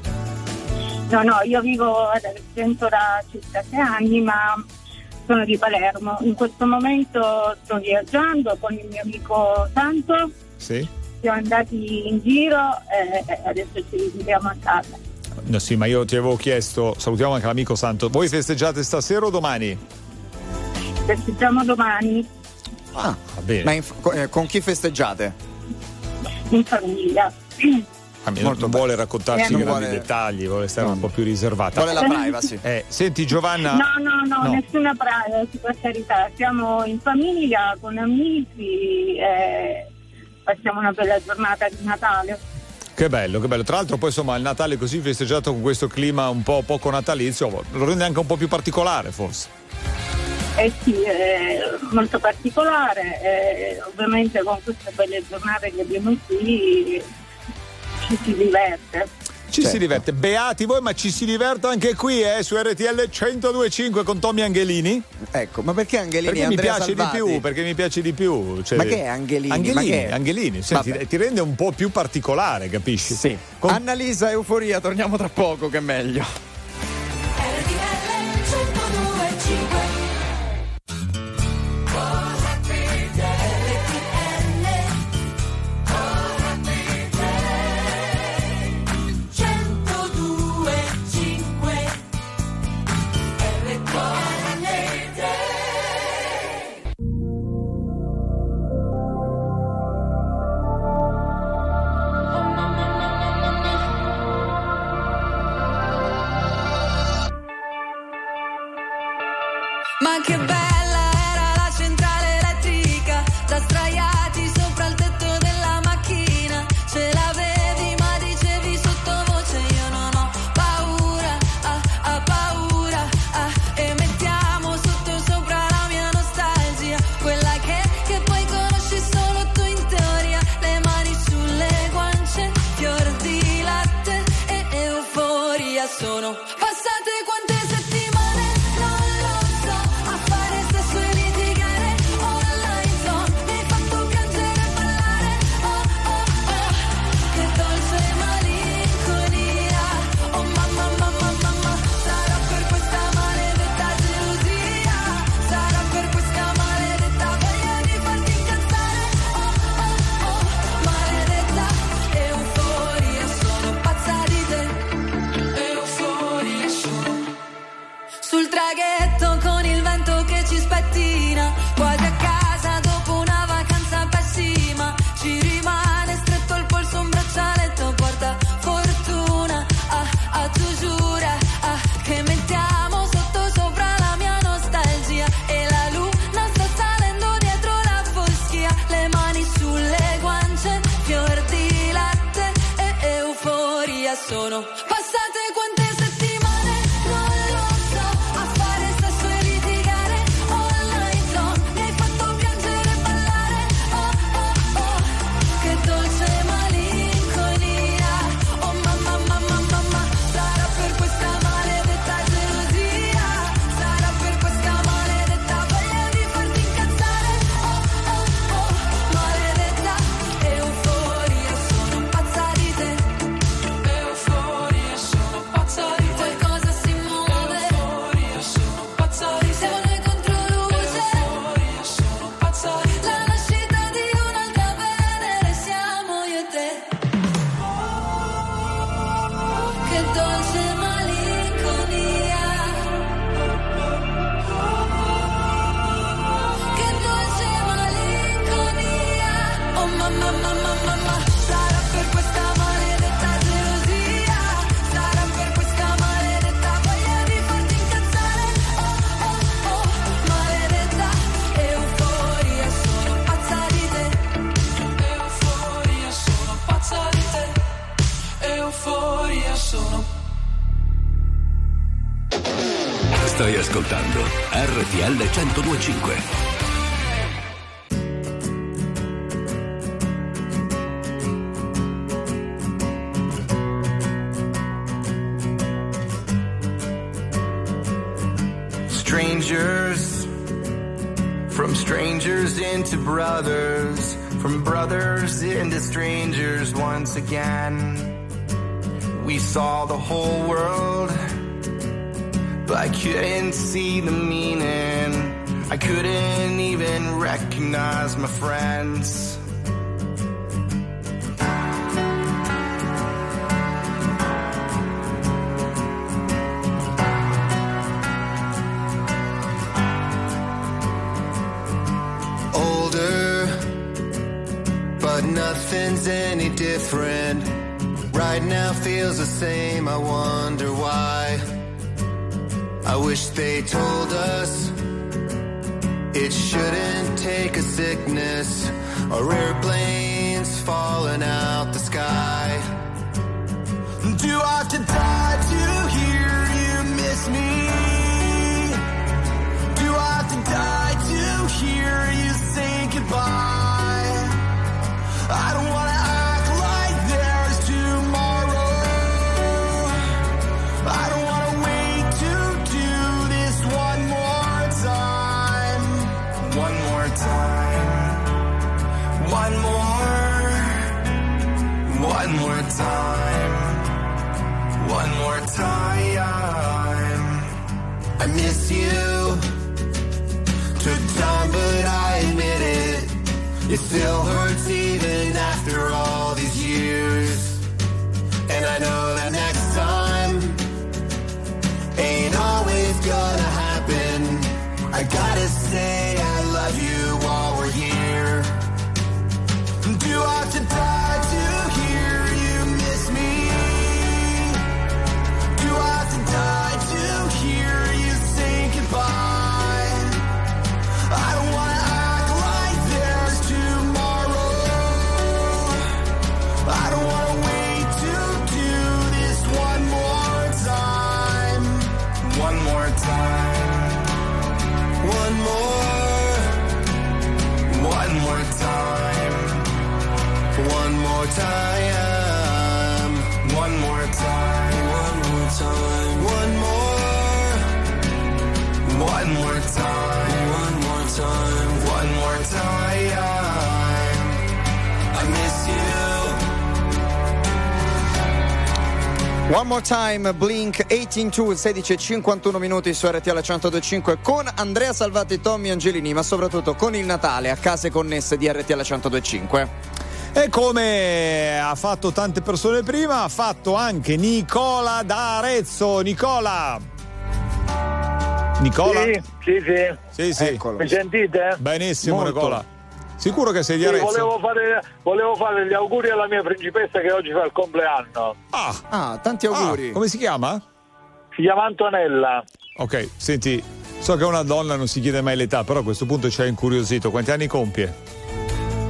S3: No, no, io vivo ad Agrigento da circa sei anni, ma sono di Palermo. In questo momento sto viaggiando con il mio amico Santo.
S1: Sì.
S3: Siamo andati in giro e adesso ci ritiriamo a casa.
S1: No, sì, ma io ti avevo chiesto, salutiamo anche l'amico Santo. Voi festeggiate stasera o domani?
S3: Festeggiamo domani.
S2: Ah,
S1: va bene.
S2: Ma in, eh, con chi festeggiate?
S3: In famiglia.
S1: Ah, non, non vuole raccontarci
S3: Eh, non
S1: grandi
S2: vuole-
S1: dettagli, vuole stare un po' più riservata.
S2: Vuole la privacy.
S1: Eh, senti Giovanna.
S3: No, no, no,
S1: No.
S3: nessuna privacy, per carità. Siamo in famiglia, con amici e passiamo una bella giornata di Natale.
S1: Che bello, che bello. Tra l'altro poi insomma il Natale così festeggiato con questo clima un po' poco natalizio lo rende anche un po' più particolare forse.
S3: Eh sì, è molto particolare, e ovviamente con queste belle giornate che abbiamo qui ci si diverte.
S1: Ci
S2: Certo.
S1: si diverte, beati voi, ma ci si diverte anche qui eh, su R T L centodue e cinque con Tommy Angelini.
S2: Ecco, ma perché Angelini?
S1: Perché mi
S2: Andrea
S1: piace
S2: Salvati?
S1: di più, perché mi piace di più. Cioè,
S2: Ma che è Angelini?
S1: Angelini,
S2: Ma che è?
S1: Angelini, senti,
S2: Vabbè.
S1: ti rende un po' più particolare, capisci?
S2: Sì.
S1: Con-
S2: Annalisa, euforia, torniamo tra poco, che è meglio.
S8: Ma che bella era la centrale elettrica, da sdraiati sopra il tetto della macchina. Ce l'avevi ma dicevi sottovoce io non ho paura, ah, ah, paura, ah. E mettiamo sotto sopra la mia nostalgia, quella che, che poi conosci solo tu in teoria. Le mani sulle guance, fior di latte e euforia. Sono passate quante settimane, non lo so. sono passate quante settimane, non lo so, a fare sesso e litigare online zone, mi hai fatto piangere e ballare, oh oh oh, che dolce malinconia, oh mamma mamma mamma, sarà per questa maledetta gelosia, sarà per questa maledetta voglia di farti incazzare, oh oh oh, maledetta euforia, sono pazza di te, euforia, sono pazza di te, qualcosa si muove, euforia, sono pazza di te, siamo noi contro luce, euforia, sono pazza di te, la nascita di un'altra Venere, siamo io e te, che dolce malinconia, che dolce malinconia, oh mamma mamma mamma, sarà per questa maledetta gelosia, sarà per questa maledetta voglia di farti incazzare, oh oh oh, maledetta euforia, sono pazza di te, euforia, sono pazza di te, euforia, sono
S4: Stai ascoltando R T L centodue e cinque.
S10: Strangers, from strangers into brothers, from brothers into strangers once again. We saw the whole world, but I couldn't see the meaning. I couldn't even recognize my friends.
S21: Older, but nothing's any different. Right now feels the same, I wonder why. I wish they told us it shouldn't take a sickness or airplanes falling out the sky.
S10: Do I have to die to hear you miss me? Do I have to die to hear you say goodbye? I don't wanna act like there's tomorrow. I don't wanna wait to do this one more time. One more time. One more. One more time. One more time. I miss you. Took time, but I admit it. It still hurts even after all these years. And I know that next time ain't always gonna happen. I gotta say I love you while we're here. Do I have to die to hear you miss me? Do I have to die to hear you say goodbye? I don't wanna act like there's tomorrow. I don't wanna wait to do this one more time. One more time. One more. One more time. One more time. One more time. One more time. One more. One more time. One more time. One more time. I miss you.
S2: One More Time, Blink ottantaduue, sedici e cinquantuno minuti su R T L centodue e cinque con Andrea Salvati e Tommy Angelini, ma soprattutto con il Natale a Case Connesse di R T L centodue e cinque.
S1: E come ha fatto tante persone prima, ha fatto anche Nicola da Arezzo. Nicola! Nicola?
S13: Sì, sì, sì.
S1: Sì, sì.
S13: Eccolo. Mi sentite?
S1: Benissimo,
S13: Molto.
S1: Nicola. Sicuro che sei di
S13: Sì,
S1: Arezzo?
S13: volevo fare, volevo fare gli auguri alla mia principessa che oggi fa il compleanno.
S1: Ah,
S2: ah tanti auguri.
S1: Ah, come si chiama?
S13: Si chiama Antonella.
S1: Ok, senti, so che una donna non si chiede mai l'età, però a questo punto ci ha incuriosito. Quanti anni compie?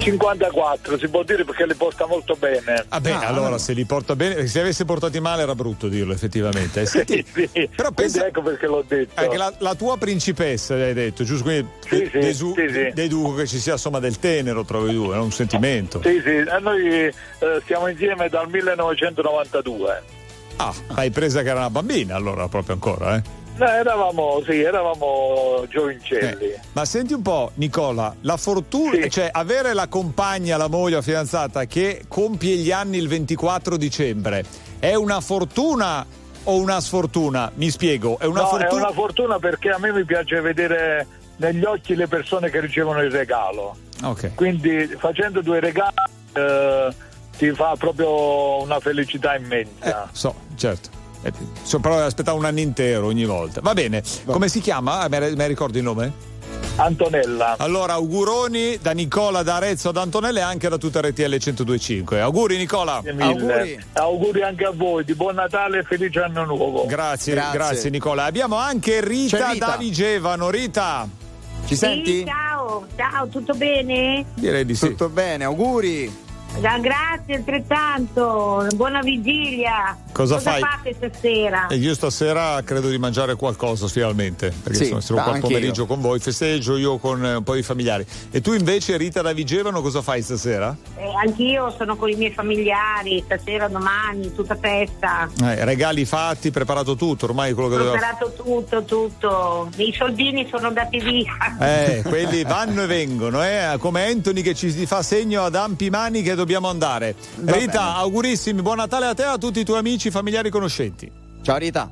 S13: cinquantaquattro, si può dire, perché li porta molto bene.
S1: Vabbè, ah, allora se li porta bene, se li avesse portati male era brutto dirlo effettivamente. Eh, senti,
S13: sì, sì.
S1: Però pensa,
S13: ecco perché l'ho detto.
S1: Eh, che la, la tua principessa, hai detto, giusto? Quindi
S13: sì, sì,
S1: desu-
S13: sì, sì.
S1: deduco che ci sia insomma del tenero tra voi due, è un sentimento.
S13: Sì, sì, a noi eh, stiamo insieme dal millenovecentonovantadue.
S1: Ah, hai presa che era una bambina allora proprio ancora, eh?
S13: No, eravamo, sì, eravamo giovincelli.
S1: Eh, ma senti un po', Nicola, la fortuna, sì. cioè avere la compagna, la moglie, la fidanzata che compie gli anni il ventiquattro dicembre, è una fortuna o una sfortuna? Mi spiego, è una
S13: no,
S1: fortuna.
S13: È una fortuna perché a me mi piace vedere negli occhi le persone che ricevono il regalo.
S1: Ok.
S13: Quindi facendo due regali eh, ti fa proprio una felicità immensa.
S1: Eh, so, certo. Eh, so, però aspettare un anno intero ogni volta. Va bene, Va. Come si chiama? Me ne ricordi il nome?
S13: Antonella.
S1: Allora, auguroni da Nicola, da Arezzo ad Antonella e anche da tutta R T L centodue e cinque. Auguri Nicola.
S13: Auguri. Auguri anche a voi, di buon Natale e felice anno nuovo.
S1: Grazie, grazie, grazie Nicola. Abbiamo anche Rita, Rita. da Vigevano. Rita,
S2: ci
S15: sì,
S2: senti?
S15: Ciao, ciao, tutto bene?
S1: Direi di sì.
S2: Tutto bene, auguri.
S15: Grazie altrettanto, buona vigilia.
S1: Cosa,
S15: Cosa
S1: fai?
S15: fate stasera?
S1: E io stasera credo di mangiare qualcosa finalmente, perché
S2: sì,
S1: sono sarò qua il pomeriggio
S2: io.
S1: con voi, festeggio io con un po' di familiari. E tu invece, Rita da Vigevano, cosa fai stasera?
S15: Eh, anch'io sono con i miei familiari, stasera, domani, tutta festa.
S1: Eh, regali fatti, preparato tutto, ormai quello che
S15: Ho
S1: doveva...
S15: preparato tutto, tutto. I soldini sono andati via.
S1: Eh, quelli vanno e vengono, eh, come Anthony che ci fa segno ad ampi mani che dobbiamo andare.
S2: Va
S1: Rita,
S2: bene.
S1: augurissimi, buon Natale a te e a tutti i tuoi amici, familiari e conoscenti.
S2: Ciao Rita.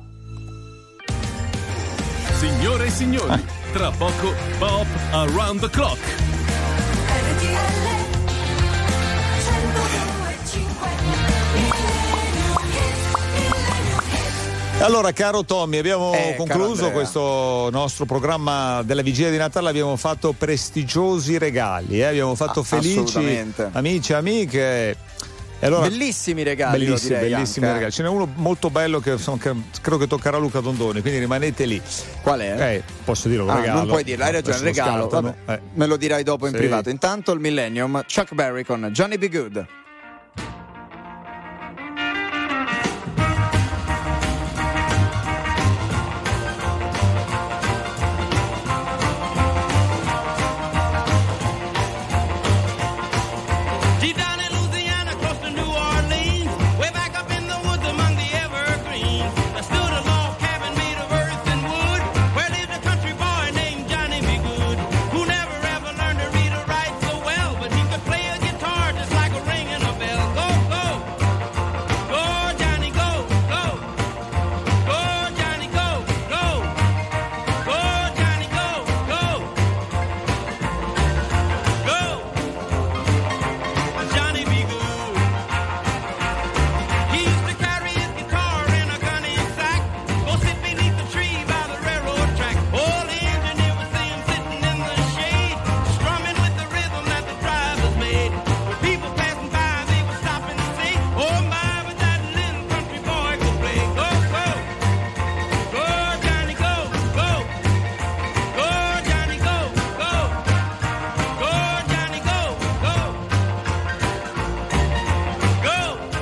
S20: Signore e signori, tra poco Pop Around the Clock.
S1: Allora, caro Tommy, abbiamo
S2: Eh,
S1: concluso questo nostro programma della vigilia di Natale, abbiamo fatto prestigiosi regali, eh? abbiamo fatto
S2: Ah,
S1: felici
S2: assolutamente.
S1: amici e amiche. E allora,
S2: bellissimi regali,
S1: bellissimi,
S2: lo direi
S1: bellissimi
S2: anche.
S1: regali. Ce n'è uno molto bello che, insomma, che credo che toccherà a Luca Dondoni, quindi rimanete lì.
S2: Qual è?
S1: Eh, posso dirlo,
S2: Ah,
S1: regalo.
S2: non puoi dirlo, hai
S1: No,
S2: ragione,
S1: adesso lo
S2: regalo.
S1: scartano.
S2: Vabbè,
S1: Eh.
S2: me lo dirai dopo in
S1: Sì.
S2: privato. Intanto il Millennium, Chuck Berry con Johnny B. Good.
S18: Deep down in Louisiana, close to New Orleans, way back up in the woods among the evergreens, there stood a log cabin made of earth and wood, where lived a country boy named Johnny B. Good, who never ever learned to read or write so well, but he could play a guitar just like a ringing a bell. Go, go, go, Johnny, go, go, go, Johnny, go, go, go, Johnny, go, go, go. Johnny B. Good. He used to carry his guitar in a gunny sack, go sit beneath the tree by the railroad track. Old engineer would see him sitting in the shade, strumming with the rhythm that the drivers made. When people passing by, they would stop and say, "Oh my, but that little country boy could play." Go, go, go, Johnny, go, go, go, Johnny, go, go, go, Johnny, go, go. Go,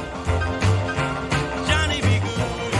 S18: Johnny B. Good.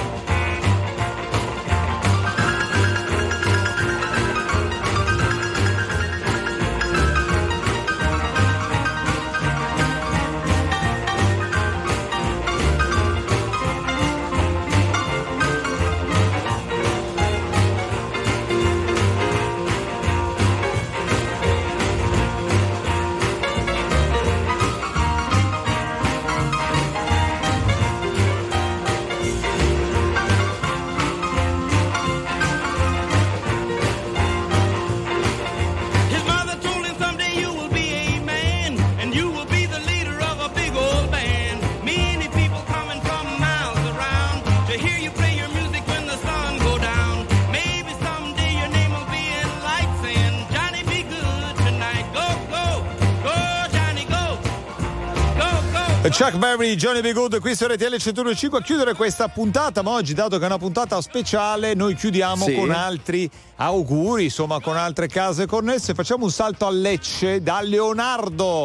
S18: His mother told him someday you will be a man, and you will be the leader of a big old band. Many people coming from miles around to hear you play your music when the sun go down. Maybe someday your name will be in lights saying, "Johnny, be good tonight." Go, go, go, Johnny, go, go, go.
S1: Chuck Berry, Johnny B. Good, qui su R T L centodue e cinque a chiudere questa puntata, ma oggi, dato che è una puntata speciale, noi chiudiamo
S2: Sì.
S1: con altri auguri, insomma con altre case connesse. Facciamo un salto a Lecce da Leonardo.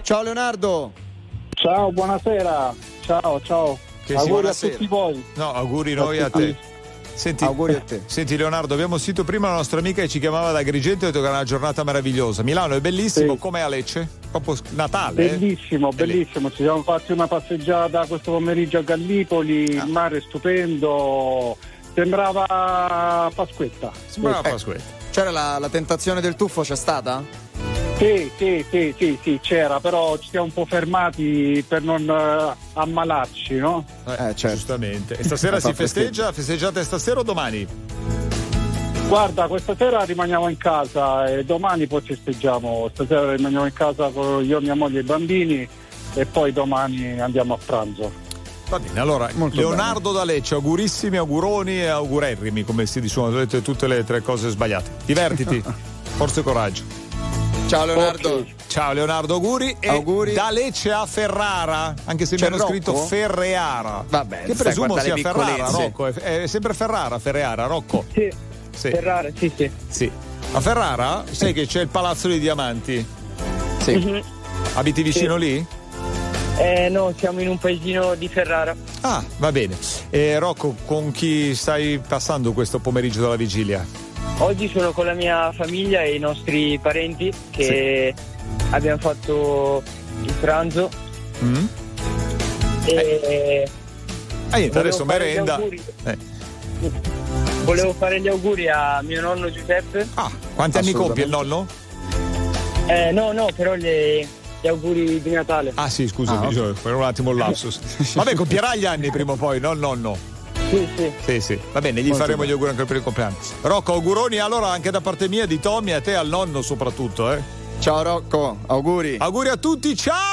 S2: Ciao Leonardo.
S5: Ciao, buonasera. Ciao, ciao.
S1: Che
S5: auguri
S1: buonasera.
S5: a tutti voi.
S1: No, auguri noi
S5: A
S1: a
S5: tutti.
S1: te. Senti,
S2: Auguri a te.
S1: Senti Leonardo, abbiamo sentito prima la nostra amica che ci chiamava da Agrigento e ha detto che era una giornata meravigliosa. Milano è bellissimo,
S5: Sì.
S1: com'è a Lecce? Proprio Natale. eh?
S5: Bellissimo, bellissimo. Ci siamo fatti una passeggiata questo pomeriggio a Gallipoli,
S1: Ah.
S5: il mare è stupendo. Sembrava Pasquetta.
S1: Sembrava
S5: Eh,
S1: Pasquetta.
S2: C'era la, la tentazione del tuffo, c'è stata?
S5: Sì, sì, sì, sì, sì, c'era, però ci siamo un po' fermati per non eh, ammalarci, no?
S1: Eh,
S2: certo.
S1: Giustamente. E stasera
S5: Ha
S1: si
S5: fatto
S1: festeggia? Festeggiate stasera o domani?
S5: Guarda, questa sera rimaniamo in casa e domani poi festeggiamo. Stasera rimaniamo in casa con io, mia moglie e i bambini e poi domani andiamo a pranzo.
S1: Va bene, allora
S5: Molto
S1: Leonardo da Lecce, augurissimi, auguroni e augurerrimi, come si dice, sono dette tutte le tre cose sbagliate. Divertiti, forza e coraggio.
S2: Ciao Leonardo.
S5: Ok.
S1: Ciao Leonardo, auguri. E
S2: Auguri.
S1: da Lecce a Ferrara, anche se mi
S2: C'è
S1: hanno
S2: Rocco?
S1: scritto Ferreara.
S2: Vabbè,
S1: Che
S2: stai
S1: presumo
S2: guardare
S1: sia Ferrara,
S2: piccolezze.
S1: Rocco. È, è sempre Ferrara, Ferreara, Rocco.
S22: Sì.
S1: Sì.
S22: Ferrara, sì, sì.
S1: Sì. A Ferrara sai che c'è il Palazzo dei Diamanti?
S2: Sì.
S22: Mhm.
S1: Abiti vicino lì?
S22: Eh, no, siamo in un paesino di Ferrara.
S1: Ah, va bene. E Rocco, con chi stai passando questo pomeriggio della vigilia?
S22: Oggi sono con la mia famiglia e i nostri parenti che abbiamo fatto il pranzo
S1: Mm?
S22: e
S1: Ah, niente,
S22: volevo
S1: adesso
S22: fare gli
S1: merenda.
S22: auguri.
S1: Eh.
S22: Volevo fare gli auguri a mio nonno Giuseppe.
S1: Ah, quanti anni compie il nonno?
S22: Eh, no, no, però gli, gli auguri di Natale.
S1: Ah sì, scusami,
S22: Ah, ok.
S1: io- per un attimo il lapsus. Vabbè, compierà gli anni prima o poi, no il nonno?
S22: Sì, sì.
S1: Sì, sì. Va bene, gli
S2: Molto
S1: faremo
S2: bene.
S1: gli auguri anche per il compleanno. Rocco, auguroni allora anche da parte mia, di Tommy, a te e al nonno soprattutto, eh.
S2: Ciao Rocco, auguri.
S1: Auguri a tutti, ciao!